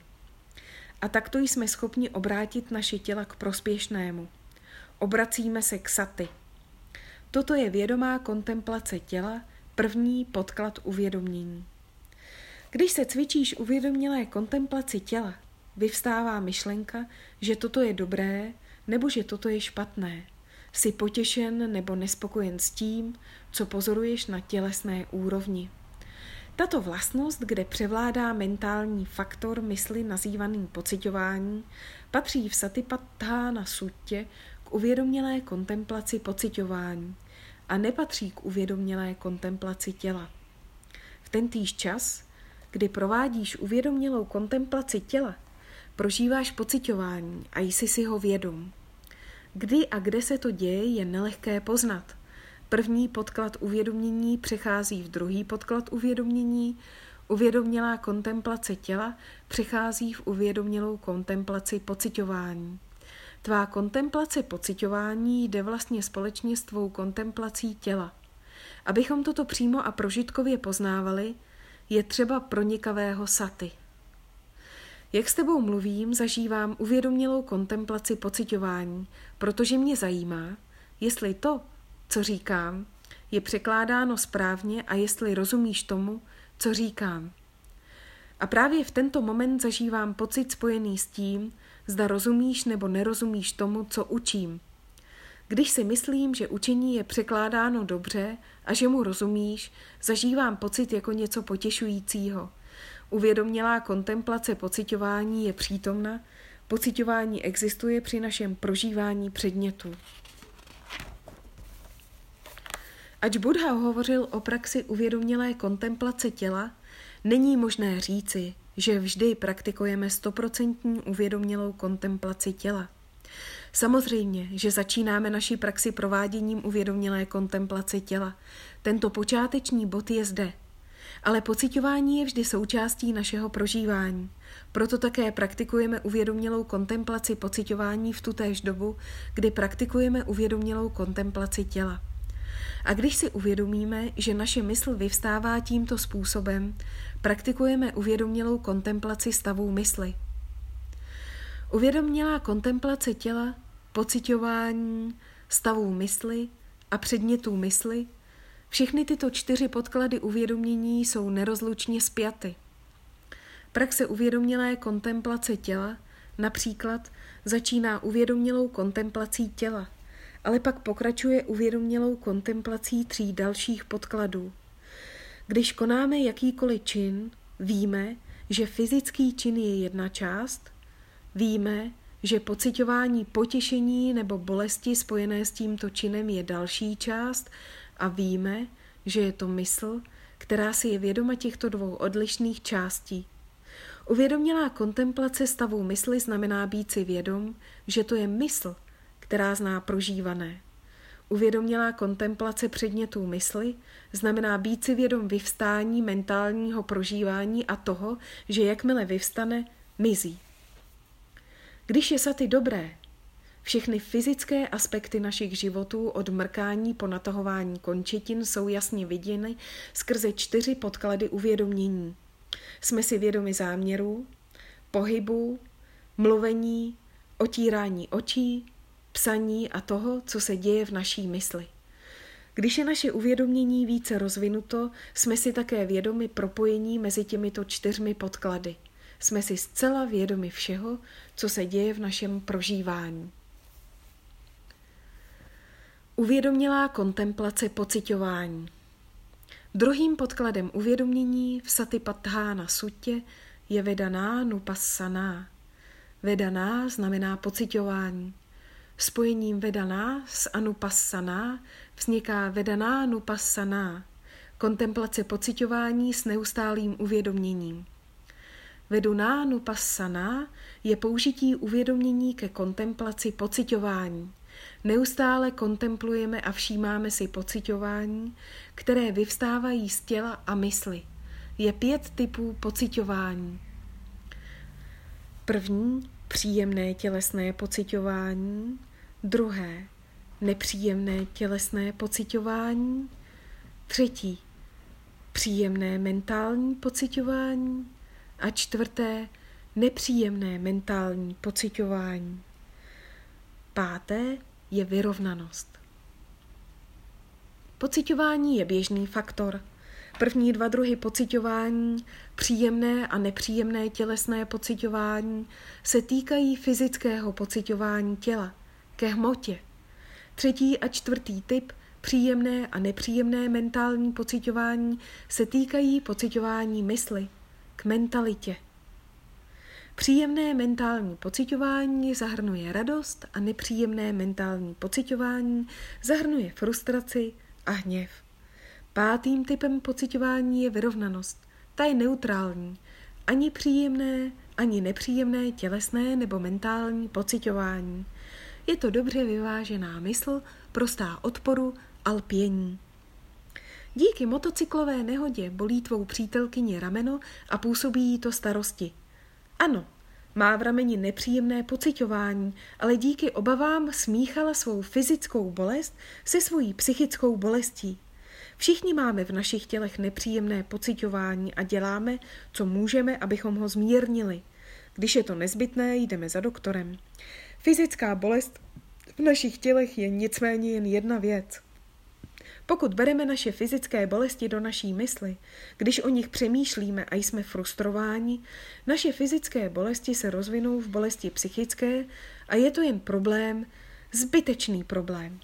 A takto jsme schopni obrátit naše těla k prospěšnému. Obracíme se k sati. Toto je vědomá kontemplace těla, první podklad uvědomění. Když se cvičíš uvědomělé kontemplaci těla, vyvstává myšlenka, že toto je dobré nebo že toto je špatné. Jsi potěšen nebo nespokojen s tím, co pozoruješ na tělesné úrovni. Tato vlastnost, kde převládá mentální faktor mysli nazývaný pociťování, patří v Satipatthana suttě k uvědomělé kontemplaci pociťování a nepatří k uvědomělé kontemplaci těla. V tentýž čas, kdy provádíš uvědomělou kontemplaci těla, prožíváš pociťování a jsi si ho vědom. Kdy a kde se to děje, je nelehké poznat. První podklad uvědomění přechází v druhý podklad uvědomění, uvědomělá kontemplace těla přechází v uvědomělou kontemplaci pociťování. Tvá kontemplace pociťování jde vlastně společně s tvou kontemplací těla. Abychom toto přímo a prožitkově poznávali, je třeba pronikavého sati. Jak s tebou mluvím, zažívám uvědomělou kontemplaci pociťování, protože mě zajímá, jestli to, co říkám, je překládáno správně a jestli rozumíš tomu, co říkám. A právě v tento moment zažívám pocit spojený s tím, zda rozumíš nebo nerozumíš tomu, co učím. Když si myslím, že učení je překládáno dobře a že mu rozumíš, zažívám pocit jako něco potěšujícího. Uvědomělá kontemplace pociťování je přítomna, pociťování existuje při našem prožívání předmětu. Ač Buddha hovořil o praxi uvědomělé kontemplace těla, není možné říci, že vždy praktikujeme 100% uvědomělou kontemplaci těla. Samozřejmě, že začínáme naši praxi prováděním uvědomělé kontemplace těla. Tento počáteční bod je zde. Ale pociťování je vždy součástí našeho prožívání. Proto také praktikujeme uvědomělou kontemplaci pociťování v tutéž dobu, kdy praktikujeme uvědomělou kontemplaci těla. A když si uvědomíme, že naše mysl vyvstává tímto způsobem, praktikujeme uvědomělou kontemplaci stavů mysli. Uvědomělá kontemplace těla, pociťování, stavů mysli a předmětů mysli, všechny tyto 4 podklady uvědomění jsou nerozlučně spjaty. Praxe uvědomělé kontemplace těla například začíná uvědomělou kontemplací těla, ale pak pokračuje uvědomělou kontemplací 3 dalších podkladů. Když konáme jakýkoliv čin, víme, že fyzický čin je jedna část, víme, že pociťování potěšení nebo bolesti spojené s tímto činem je další část a víme, že je to mysl, která si je vědoma těchto 2 odlišných částí. Uvědomělá kontemplace stavu mysli znamená být si vědom, že to je mysl, která zná prožívané. Uvědomělá kontemplace předmětů mysli znamená být si vědom vyvstání mentálního prožívání a toho, že jakmile vyvstane, mizí. Když je sati dobré, všechny fyzické aspekty našich životů od mrkání po natahování končetin jsou jasně viděny skrze 4 podklady uvědomění. Jsme si vědomi záměrů, pohybů, mluvení, otírání očí, psaní a toho, co se děje v naší mysli. Když je naše uvědomění více rozvinuto, jsme si také vědomi propojení mezi těmito 4 podklady. Jsme si zcela vědomi všeho, co se děje v našem prožívání. Uvědomělá kontemplace pociťování. Druhým podkladem uvědomění v Satipatthana sutě je Vedana-nupassana. Vedana znamená pociťování. Spojením Vedana s Anupassana vzniká Vedana-nupassana, kontemplace pociťování s neustálým uvědoměním. Vedana-nupassana je použití uvědomění ke kontemplaci pociťování. Neustále kontemplujeme a všímáme si pociťování, které vyvstávají z těla a mysli. Je 5 typů pociťování. První, příjemné tělesné pociťování. Druhé, nepříjemné tělesné pociťování. Třetí, příjemné mentální pociťování. A 4. nepříjemné mentální pociťování. 5. je vyrovnanost. Pociťování je běžný faktor. První 2 druhy pociťování, příjemné a nepříjemné tělesné pociťování, se týkají fyzického pociťování těla, ke hmotě. 3. a 4. typ, příjemné a nepříjemné mentální pociťování, se týkají pociťování mysli, k mentalitě. Příjemné mentální pociťování zahrnuje radost a nepříjemné mentální pociťování zahrnuje frustraci a hněv. 5. typem pociťování je vyrovnanost. Ta je neutrální. Ani příjemné, ani nepříjemné tělesné nebo mentální pociťování. Je to dobře vyvážená mysl, prostá odporu a lpění. Díky motocyklové nehodě bolí tvou přítelkyni rameno a působí jí to starosti. Ano, má v rameni nepříjemné pociťování, ale díky obavám smíchala svou fyzickou bolest se svojí psychickou bolestí. Všichni máme v našich tělech nepříjemné pociťování a děláme, co můžeme, abychom ho zmírnili. Když je to nezbytné, jdeme za doktorem. Fyzická bolest v našich tělech je nicméně jen jedna věc. Pokud bereme naše fyzické bolesti do naší mysli, když o nich přemýšlíme a jsme frustrováni, naše fyzické bolesti se rozvinou v bolesti psychické a je to jen problém, zbytečný problém.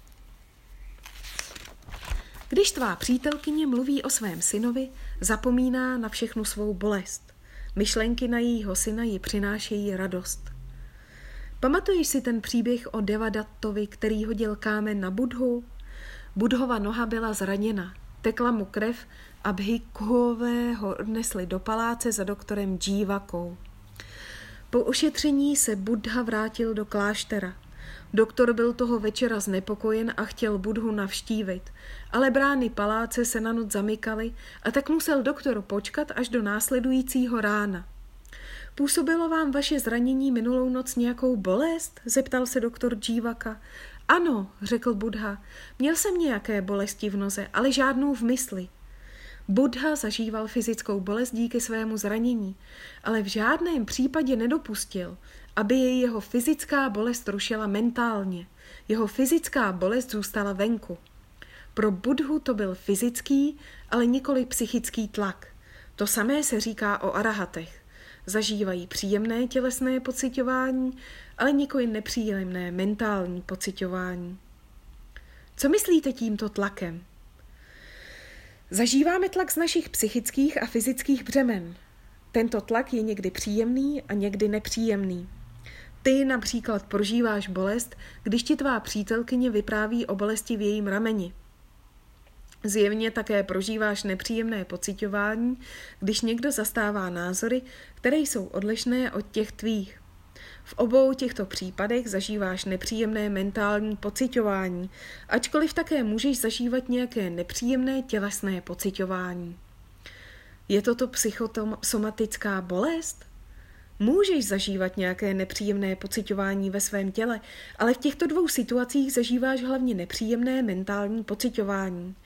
Když tvá přítelkyně mluví o svém synovi, zapomíná na všechnu svou bolest. Myšlenky na jejího syna ji přinášejí radost. Pamatuješ si ten příběh o Devadattovi, který hodil kámen na Buddhu? Buddhova noha byla zraněna, tekla mu krev a bhikhuové ho odnesli do paláce za doktorem Džívakou. Po ošetření se Buddha vrátil do kláštera. Doktor byl toho večera znepokojen a chtěl Buddhu navštívit, ale brány paláce se na noc zamykaly a tak musel doktor počkat až do následujícího rána. Působilo vám vaše zranění minulou noc nějakou bolest? Zeptal se doktor Džívaka. Ano, řekl Buddha, měl jsem nějaké bolesti v noze, ale žádnou v mysli. Buddha zažíval fyzickou bolest díky svému zranění, ale v žádném případě nedopustil, aby jej jeho fyzická bolest rušila mentálně. Jeho fyzická bolest zůstala venku. Pro Buddhu to byl fyzický, ale nikoli psychický tlak. To samé se říká o arahatech. Zažívají příjemné tělesné pociťování, ale nikoli nepříjemné mentální pociťování. Co myslíte tímto tlakem? Zažíváme tlak z našich psychických a fyzických břemen. Tento tlak je někdy příjemný a někdy nepříjemný. Ty například prožíváš bolest, když ti tvá přítelkyně vypráví o bolesti v jejím rameni. Zjevně také prožíváš nepříjemné pociťování, když někdo zastává názory, které jsou odlišné od těch tvých. V obou těchto případech zažíváš nepříjemné mentální pociťování, ačkoliv také můžeš zažívat nějaké nepříjemné tělesné pociťování. Je toto psychosomatická bolest? Můžeš zažívat nějaké nepříjemné pociťování ve svém těle, ale v těchto 2 situacích zažíváš hlavně nepříjemné mentální pociťování.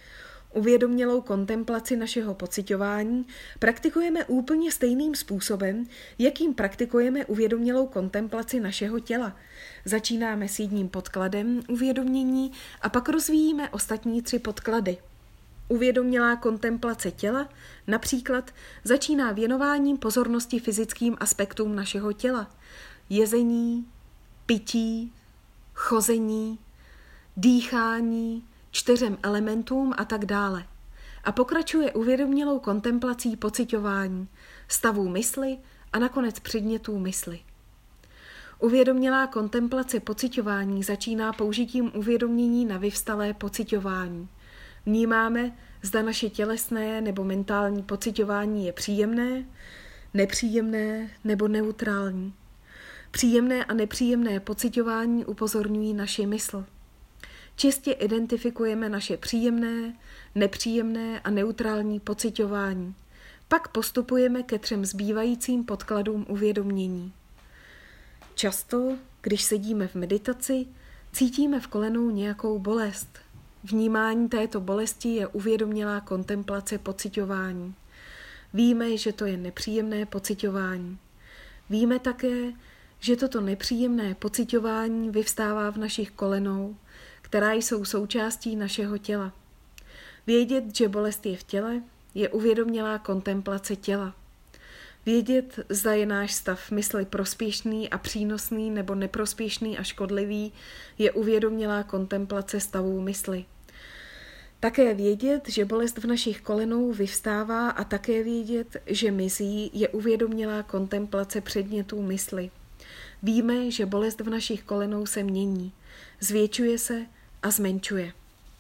Uvědomělou kontemplaci našeho pociťování praktikujeme úplně stejným způsobem, jakým praktikujeme uvědomělou kontemplaci našeho těla. Začínáme s jedním podkladem uvědomění a pak rozvíjíme ostatní 3 podklady. Uvědomělá kontemplace těla například začíná věnováním pozornosti fyzickým aspektům našeho těla. Jezení, pití, chození, dýchání, 4 elementům a tak dále. A pokračuje uvědomělou kontemplací pociťování, stavů mysli a nakonec předmětů mysli. Uvědomělá kontemplace pociťování začíná použitím uvědomění na vyvstalé pociťování. Vnímáme, zda naše tělesné nebo mentální pociťování je příjemné, nepříjemné nebo neutrální. Příjemné a nepříjemné pociťování upozorňují naši mysl. Čistě identifikujeme naše příjemné, nepříjemné a neutrální pociťování. Pak postupujeme ke 3 zbývajícím podkladům uvědomění. Často, když sedíme v meditaci, cítíme v kolenou nějakou bolest. Vnímání této bolesti je uvědomělá kontemplace pociťování. Víme, že to je nepříjemné pociťování. Víme také, že toto nepříjemné pociťování vyvstává v našich kolenou, která jsou součástí našeho těla. Vědět, že bolest je v těle, je uvědomělá kontemplace těla. Vědět, zda je náš stav mysli prospěšný a přínosný nebo neprospěšný a škodlivý, je uvědomělá kontemplace stavů mysli. Také vědět, že bolest v našich kolenou vyvstává a také vědět, že mizí, je uvědomělá kontemplace předmětů mysli. Víme, že bolest v našich kolenou se mění, zvětšuje se a zmenšuje.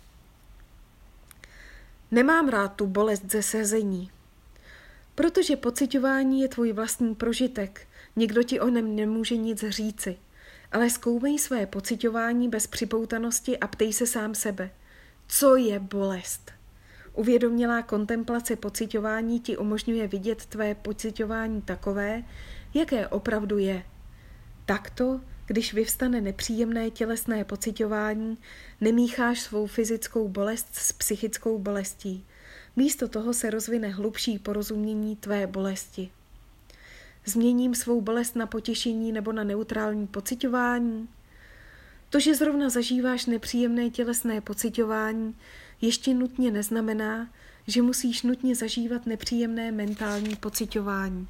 Nemám rád tu bolest ze sezení, protože pociťování je tvůj vlastní prožitek, nikdo ti o něm nemůže nic říci, ale zkoumej své pociťování bez připoutanosti a ptej se sám sebe, co je bolest. Uvědomělá kontemplace pociťování ti umožňuje vidět tvé pociťování takové, jaké opravdu je. Takto, když vyvstane nepříjemné tělesné pociťování, nemícháš svou fyzickou bolest s psychickou bolestí. Místo toho se rozvine hlubší porozumění tvé bolesti. Změním svou bolest na potěšení nebo na neutrální pociťování? To, že zrovna zažíváš nepříjemné tělesné pociťování, ještě nutně neznamená, že musíš nutně zažívat nepříjemné mentální pociťování.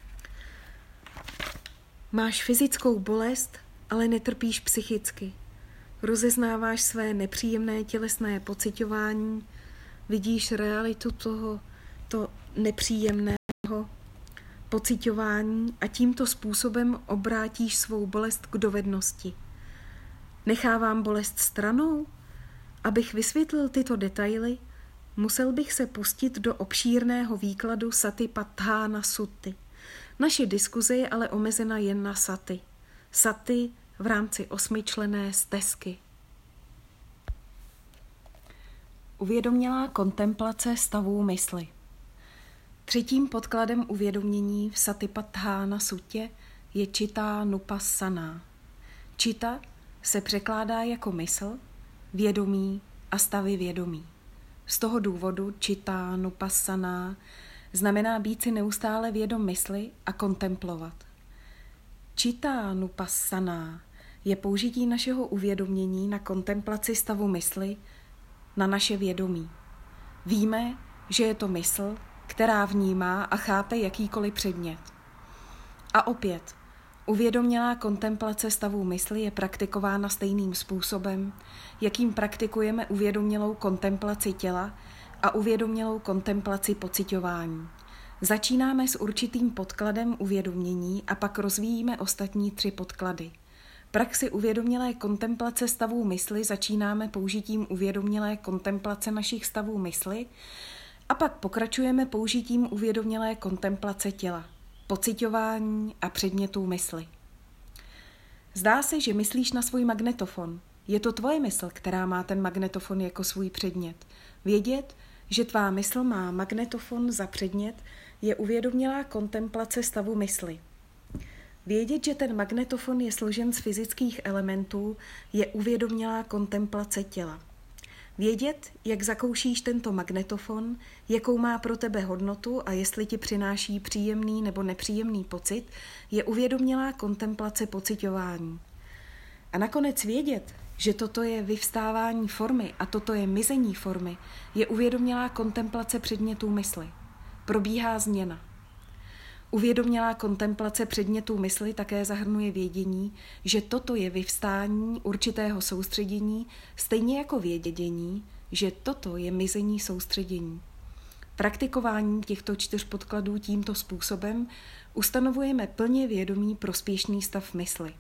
Máš fyzickou bolest, ale netrpíš psychicky. Rozeznáváš své nepříjemné tělesné pociťování, vidíš realitu tohoto nepříjemného pociťování a tímto způsobem obrátíš svou bolest k dovednosti. Nechávám bolest stranou? Abych vysvětlil tyto detaily, musel bych se pustit do obšírného výkladu Satipatthana Sutty. Naše diskuze je ale omezena jen na sati. Sati v rámci 8členné stezky. Uvědomělá kontemplace stavů mysli. 3. podkladem uvědomění v Satipatthana Suttě je Citta Nupassana. Citta se překládá jako mysl, vědomí a stavy vědomí. Z toho důvodu Citta Nupassana znamená být si neustále vědom mysli a kontemplovat. Citta Nupassana je použití našeho uvědomění na kontemplaci stavu mysli, na naše vědomí. Víme, že je to mysl, která vnímá a chápe jakýkoliv předmět. A opět, uvědomělá kontemplace stavů mysli je praktikována stejným způsobem, jakým praktikujeme uvědomělou kontemplaci těla a uvědomělou kontemplaci pociťování. Začínáme s určitým podkladem uvědomění a pak rozvíjíme ostatní 3 podklady. Praxi uvědomělé kontemplace stavů mysli začínáme použitím uvědomělé kontemplace našich stavů mysli a pak pokračujeme použitím uvědomělé kontemplace těla, pociťování a předmětů mysli. Zdá se, že myslíš na svůj magnetofon. Je to tvoje mysl, která má ten magnetofon jako svůj předmět. Vědět, že tvá mysl má magnetofon za předmět, je uvědomělá kontemplace stavu mysli. Vědět, že ten magnetofon je složen z fyzických elementů, je uvědomělá kontemplace těla. Vědět, jak zakoušíš tento magnetofon, jakou má pro tebe hodnotu a jestli ti přináší příjemný nebo nepříjemný pocit, je uvědomělá kontemplace pociťování. A nakonec vědět, že toto je vyvstávání formy a toto je mizení formy, je uvědomělá kontemplace předmětů mysli. Probíhá změna. Uvědomělá kontemplace předmětů mysli také zahrnuje vědění, že toto je vyvstání určitého soustředění, stejně jako vědění, že toto je mizení soustředění. Praktikování těchto 4 podkladů tímto způsobem ustanovujeme plně vědomý prospěšný stav mysli.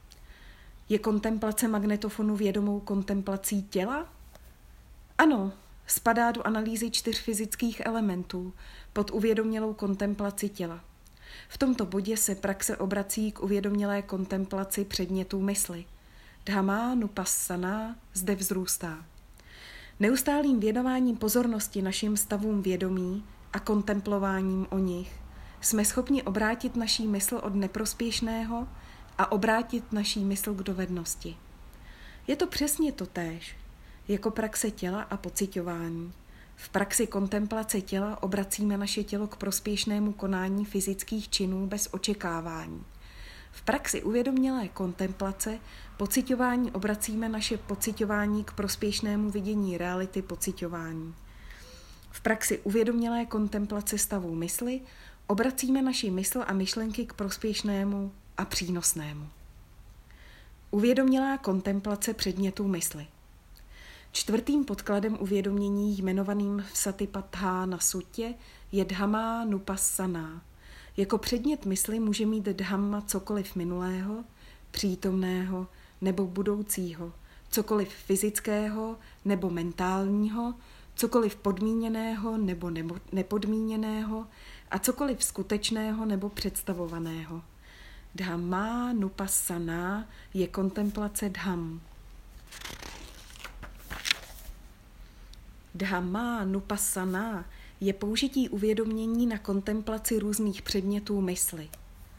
Je kontemplace magnetofonu vědomou kontemplací těla? Ano, spadá do analýzy 4 fyzických elementů pod uvědomělou kontemplaci těla. V tomto bodě se praxe obrací k uvědomělé kontemplaci předmětů mysli. Dhammanupassana zde vzrůstá. Neustálým věnováním pozornosti našim stavům vědomí a kontemplováním o nich jsme schopni obrátit naší mysl od neprospěšného a obrátit naší mysl k dovednosti. Je to přesně totéž jako praxe těla a pociťování. V praxi kontemplace těla obracíme naše tělo k prospěšnému konání fyzických činů bez očekávání. V praxi uvědomělé kontemplace pociťování obracíme naše pociťování k prospěšnému vidění reality pociťování. V praxi uvědomělé kontemplace stavů mysli obracíme naši mysl a myšlenky k prospěšnému a přínosnému. Uvědomělá kontemplace předmětů mysli. 4. podkladem uvědomění jmenovaným v Satipatthana sutě je Dhammanupassana. Jako předmět mysli může mít dhamma cokoliv minulého, přítomného nebo budoucího, cokoliv fyzického nebo mentálního, cokoliv podmíněného nebo nepodmíněného a cokoliv skutečného nebo představovaného. Dhammanupassana je kontemplace dham. Dhammanupassana je použití uvědomění na kontemplaci různých předmětů mysli.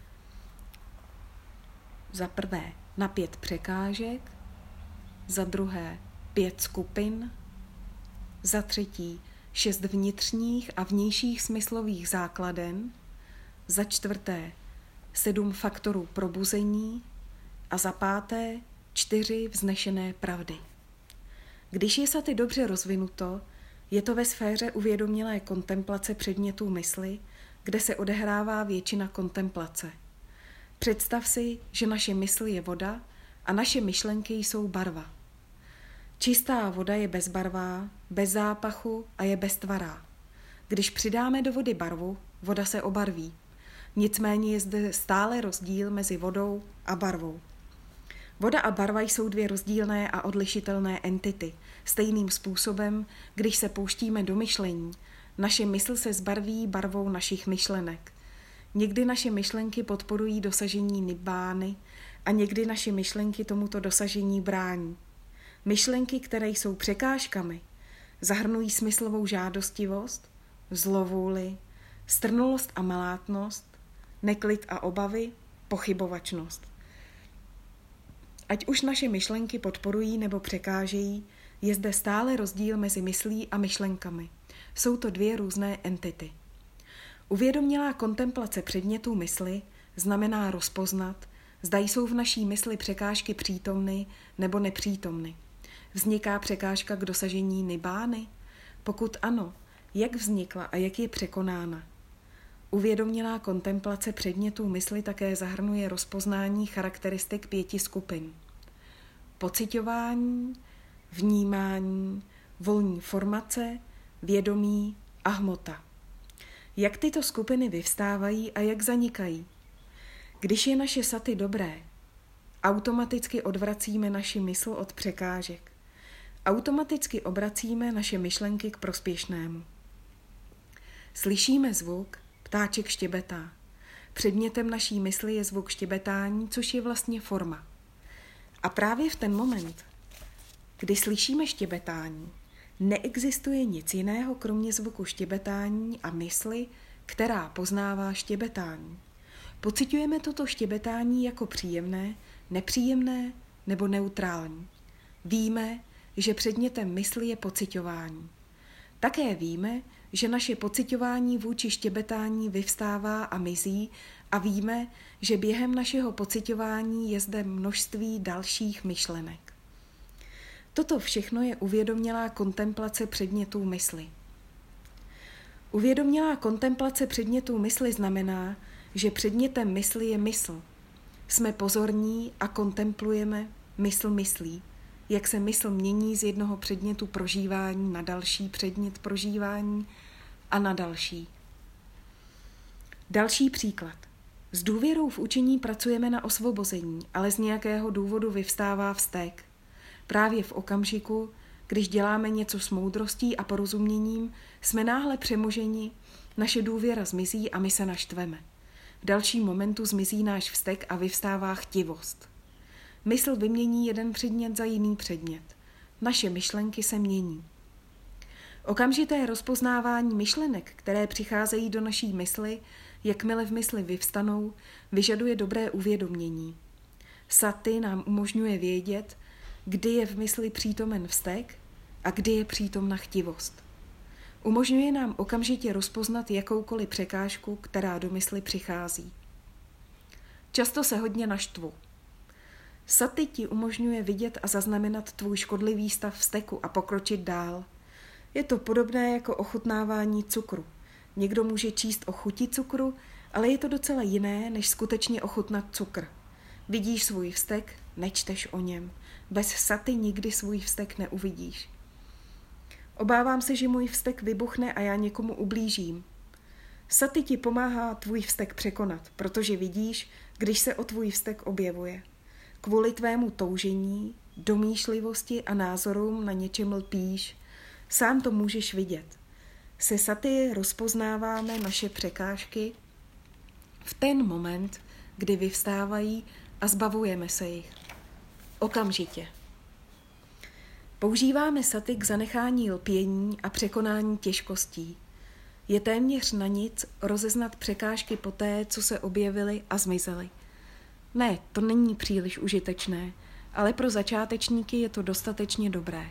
Za prvé na 5 překážek, za druhé 5 skupin, za třetí 6 vnitřních a vnějších smyslových základen, za čtvrté 7 faktorů probuzení a za páté 4 vznešené pravdy. Když je sati dobře rozvinuto, je to ve sféře uvědomělé kontemplace předmětů mysli, kde se odehrává většina kontemplace. Představ si, že naše mysl je voda a naše myšlenky jsou barva. Čistá voda je bezbarvá, bez zápachu a je beztvará. Když přidáme do vody barvu, voda se obarví. Nicméně je zde stále rozdíl mezi vodou a barvou. Voda a barva jsou 2 rozdílné a odlišitelné entity. Stejným způsobem, když se pouštíme do myšlení, naše mysl se zbarví barvou našich myšlenek. Někdy naše myšlenky podporují dosažení nibbány a někdy naše myšlenky tomuto dosažení brání. Myšlenky, které jsou překážkami, zahrnují smyslovou žádostivost, zlovůli, strnulost a malátnost, neklid a obavy, pochybovačnost. Ať už naše myšlenky podporují nebo překážejí, je zde stále rozdíl mezi myslí a myšlenkami. Jsou to 2 různé entity. Uvědomělá kontemplace předmětů mysli znamená rozpoznat, zda jsou v naší mysli překážky přítomny nebo nepřítomny. Vzniká překážka k dosažení nibbány? Pokud ano, jak vznikla a jak je překonána? Uvědomělá kontemplace předmětů mysli také zahrnuje rozpoznání charakteristik 5 skupin. Pociťování, vnímání, volní formace, vědomí a hmota. Jak tyto skupiny vyvstávají a jak zanikají? Když je naše sati dobré, automaticky odvracíme naši mysl od překážek. Automaticky obracíme naše myšlenky k prospěšnému. Slyšíme zvuk, ptáček štěbetá. Předmětem naší mysli je zvuk štěbetání, což je vlastně forma. A právě v ten moment, kdy slyšíme štěbetání, neexistuje nic jiného kromě zvuku štěbetání a mysli, která poznává štěbetání. Pociťujeme toto štěbetání jako příjemné, nepříjemné nebo neutrální. Víme, že předmětem mysli je pociťování. Také víme, že naše pociťování vůči štěbetání vyvstává a mizí a víme, že během našeho pociťování je zde množství dalších myšlenek. Toto všechno je uvědomělá kontemplace předmětů mysli. Uvědomělá kontemplace předmětů mysli znamená, že předmětem mysli je mysl. Jsme pozorní a kontemplujeme mysl myslí, jak se mysl mění z jednoho předmětu prožívání na další předmět prožívání a na další. Další příklad. S důvěrou v učení pracujeme na osvobození, ale z nějakého důvodu vyvstává vztek. Právě v okamžiku, když děláme něco s moudrostí a porozuměním, jsme náhle přemoženi, naše důvěra zmizí a my se naštveme. V dalším momentu zmizí náš vztek a vyvstává chtivost. Mysl vymění jeden předmět za jiný předmět. Naše myšlenky se mění. Okamžité rozpoznávání myšlenek, které přicházejí do naší mysli, jakmile v mysli vyvstanou, vyžaduje dobré uvědomění. Sati nám umožňuje vědět, kdy je v mysli přítomen vztek a kdy je přítomna chtivost. Umožňuje nám okamžitě rozpoznat jakoukoliv překážku, která do mysli přichází. Často se hodně naštvu. Sati ti umožňuje vidět a zaznamenat tvůj škodlivý stav vzteku a pokročit dál. Je to podobné jako ochutnávání cukru. Někdo může číst o chuti cukru, ale je to docela jiné, než skutečně ochutnat cukr. Vidíš svůj vztek, nečteš o něm. Bez sati nikdy svůj vztek neuvidíš. Obávám se, že můj vztek vybuchne a já někomu ublížím. Sati ti pomáhá tvůj vztek překonat, protože vidíš, když se o tvůj vztek objevuje. Kvůli tvému toužení, domýšlivosti a názorům na něčem lpíš, sám to můžeš vidět. Se sati rozpoznáváme naše překážky v ten moment, kdy vyvstávají a zbavujeme se jich. Okamžitě. Používáme sati k zanechání lpění a překonání těžkostí. Je téměř na nic rozeznat překážky poté, co se objevily a zmizely. Ne, to není příliš užitečné, ale pro začátečníky je to dostatečně dobré.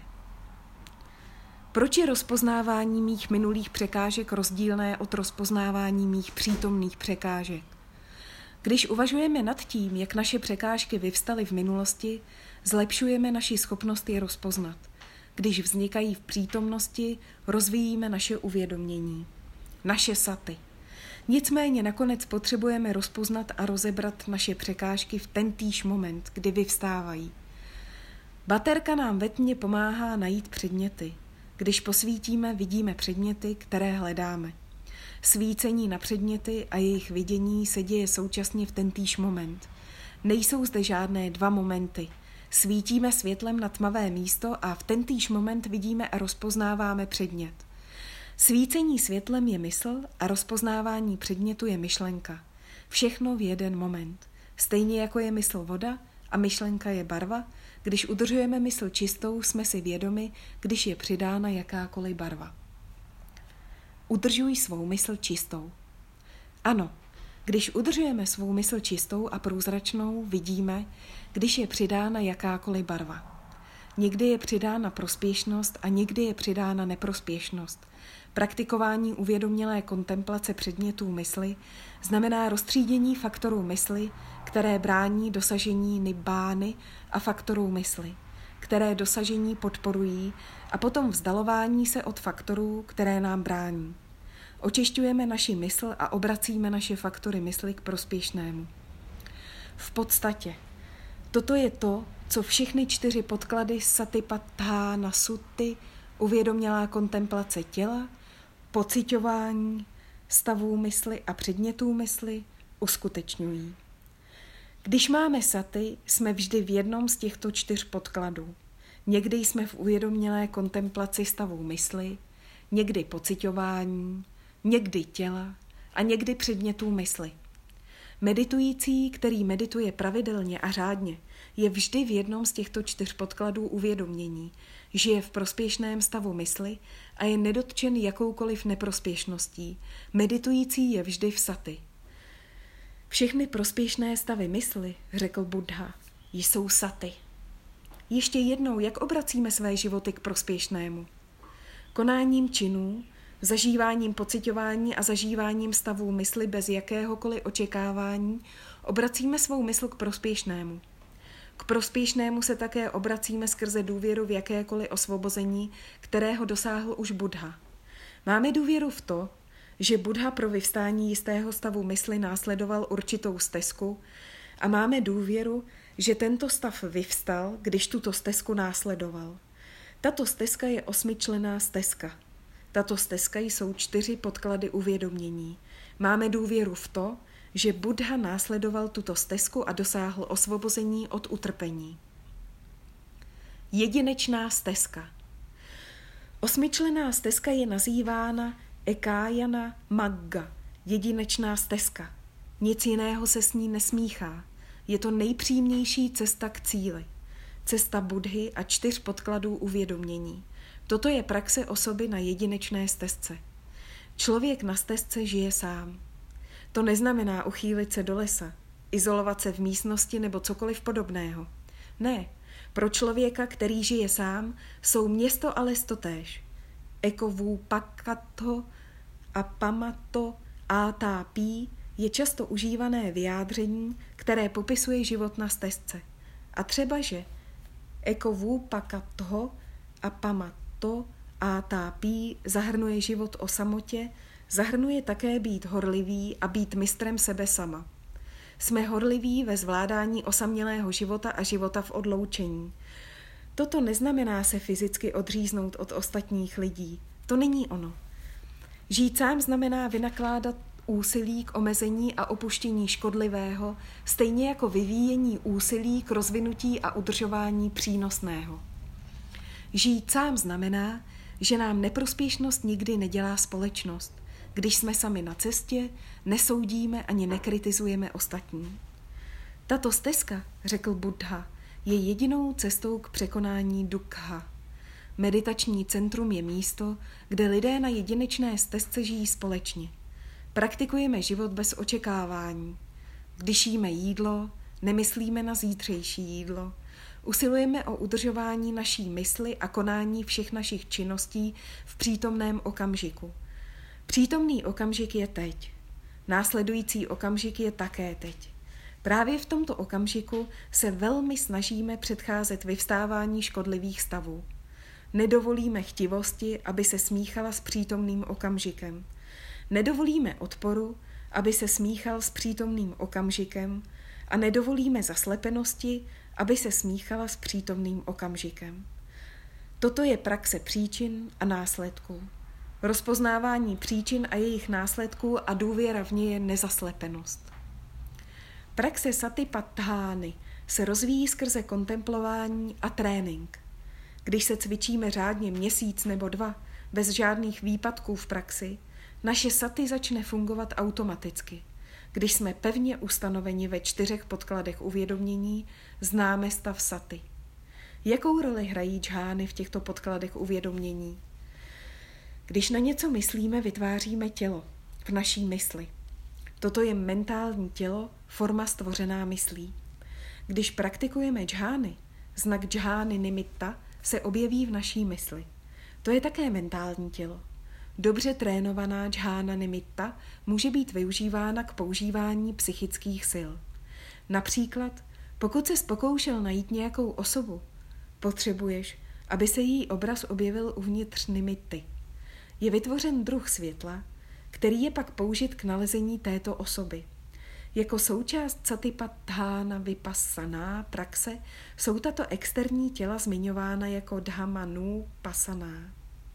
Proč je rozpoznávání mých minulých překážek rozdílné od rozpoznávání mých přítomných překážek? Když uvažujeme nad tím, jak naše překážky vyvstaly v minulosti, zlepšujeme naši schopnost je rozpoznat. Když vznikají v přítomnosti, rozvíjíme naše uvědomění, naše sati. Nicméně nakonec potřebujeme rozpoznat a rozebrat naše překážky v tentýž moment, kdy vyvstávají. Baterka nám ve tmě pomáhá najít předměty. Když posvítíme, vidíme předměty, které hledáme. Svícení na předměty a jejich vidění se děje současně v tentýž moment. Nejsou zde žádné dva momenty. Svítíme světlem na tmavé místo a v tentýž moment vidíme a rozpoznáváme předmět. Svícení světlem je mysl a rozpoznávání předmětu je myšlenka. Všechno v jeden moment. Stejně jako je mysl voda a myšlenka je barva, když udržujeme mysl čistou, jsme si vědomi, když je přidána jakákoliv barva. Udržuj svou mysl čistou. Ano, když udržujeme svou mysl čistou a průzračnou, vidíme, když je přidána jakákoliv barva. Někdy je přidána prospěšnost a někdy je přidána neprospěšnost. Praktikování uvědomělé kontemplace předmětů mysli znamená roztřídění faktorů mysli, které brání dosažení nibbány, a faktorů mysli, které dosažení podporují, a potom vzdalování se od faktorů, které nám brání. Očišťujeme naši mysl a obracíme naše faktory mysli k prospěšnému. V podstatě, toto je to, co všechny 4 podklady Satipatthana Sutty, uvědomělá kontemplace těla, pociťování, stavů mysli a předmětů mysli, uskutečňují. Když máme sati, jsme vždy v jednom z těchto 4 podkladů. Někdy jsme v uvědomělé kontemplaci stavů mysli, někdy pociťování, někdy těla a někdy předmětů mysli. Meditující, který medituje pravidelně a řádně, je vždy v jednom z těchto 4 podkladů uvědomění, žije v prospěšném stavu mysli a je nedotčen jakoukoliv neprospěšností. Meditující je vždy v sati. Všechny prospěšné stavy mysli, řekl Buddha, jsou sati. Ještě jednou, jak obracíme své životy k prospěšnému? Konáním činů, zažíváním pociťování a zažíváním stavů mysli bez jakéhokoliv očekávání obracíme svou mysl k prospěšnému. K prospěšnému se také obracíme skrze důvěru v jakékoliv osvobození, kterého dosáhl už Buddha. Máme důvěru v to, že Buddha pro vyvstání jistého stavu mysli následoval určitou stezku a máme důvěru, že tento stav vyvstal, když tuto stezku následoval. Tato stezka je 8členná stezka. Tato stezka jsou 4 podklady uvědomění. Máme důvěru v to, že Buddha následoval tuto stezku a dosáhl osvobození od utrpení. Jedinečná stezka. 8členná stezka je nazývána Ekayana Magga, jedinečná stezka. Nic jiného se s ní nesmíchá. Je to nejpřímnější cesta k cíli. Cesta Buddhy a 4 podkladů uvědomění. Toto je praxe osoby na jedinečné stezce. Člověk na stezce žije sám. To neznamená uchýlit se do lesa, izolovat se v místnosti nebo cokoliv podobného. Ne, pro člověka, který žije sám, jsou město a les totéž. Eko vupakato a pamato átápí je často užívané vyjádření, které popisuje život na stezce. A třeba, že eko vupakato a pamato átápí zahrnuje život o samotě, zahrnuje také být horlivý a být mistrem sebe sama. Jsme horliví ve zvládání osamělého života a života v odloučení. Toto neznamená se fyzicky odříznout od ostatních lidí. To není ono. Žít sám znamená vynakládat úsilí k omezení a opuštění škodlivého, stejně jako vyvíjení úsilí k rozvinutí a udržování přínosného. Žít sám znamená, že nám neprospěšnost nikdy nedělá společnost. Když jsme sami na cestě, nesoudíme ani nekritizujeme ostatní. Tato stezka, řekl Buddha, je jedinou cestou k překonání dukkha. Meditační centrum je místo, kde lidé na jedinečné stezce žijí společně. Praktikujeme život bez očekávání. Když jíme jídlo, nemyslíme na zítřejší jídlo. Usilujeme o udržování naší mysli a konání všech našich činností v přítomném okamžiku. Přítomný okamžik je teď. Následující okamžik je také teď. Právě v tomto okamžiku se velmi snažíme předcházet vyvstávání škodlivých stavů. Nedovolíme chtivosti, aby se smíchala s přítomným okamžikem. Nedovolíme odporu, aby se smíchal s přítomným okamžikem a nedovolíme zaslepenosti, aby se smíchala s přítomným okamžikem. Toto je praxe příčin a následků. Rozpoznávání příčin a jejich následků a důvěra v ně je nezaslepenost. Praxe satipatthāny se rozvíjí skrze kontemplování a trénink. Když se cvičíme řádně měsíc nebo 2, bez žádných výpadků v praxi, naše sati začne fungovat automaticky. Když jsme pevně ustanoveni ve 4 podkladech uvědomění, známe stav sati. Jakou roli hrají džhány v těchto podkladech uvědomění? Když na něco myslíme, vytváříme tělo v naší mysli. Toto je mentální tělo, forma stvořená myslí. Když praktikujeme džhány, znak džhány nimitta se objeví v naší mysli. To je také mentální tělo. Dobře trénovaná džhána nimitta může být využívána k používání psychických sil. Například, pokud se pokoušel najít nějakou osobu, potřebuješ, aby se její obraz objevil uvnitř nimitty. Je vytvořen druh světla, který je pak použit k nalezení této osoby. Jako součást satipatthāna vypassaná praxe jsou tato externí těla zmiňována jako dhammanupassaná.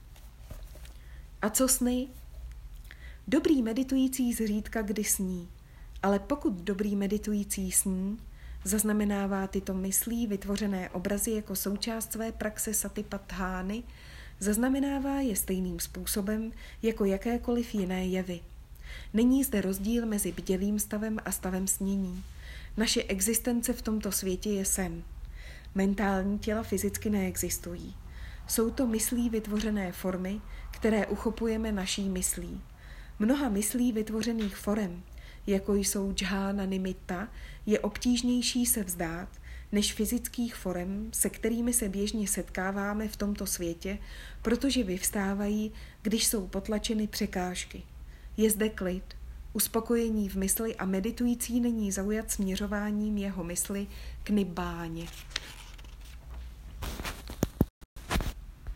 A co sny? Dobrý meditující zřídka kdy sní, ale pokud dobrý meditující sní, zaznamenává tyto myslí vytvořené obrazy jako součást své praxe satipatthāny, zaznamenává je stejným způsobem jako jakékoliv jiné jevy. Není zde rozdíl mezi bdělým stavem a stavem snění. Naše existence v tomto světě je sen. Mentální těla fyzicky neexistují. Jsou to myslí vytvořené formy, které uchopujeme naší myslí. Mnoha myslí vytvořených forem, jako jsou džhána nimitta, je obtížnější se vzdát, než fyzických forem, se kterými se běžně setkáváme v tomto světě, protože vyvstávají, když jsou potlačeny překážky. Je zde klid, uspokojení v mysli a meditující není zaujat směřováním jeho mysli k nibbáně.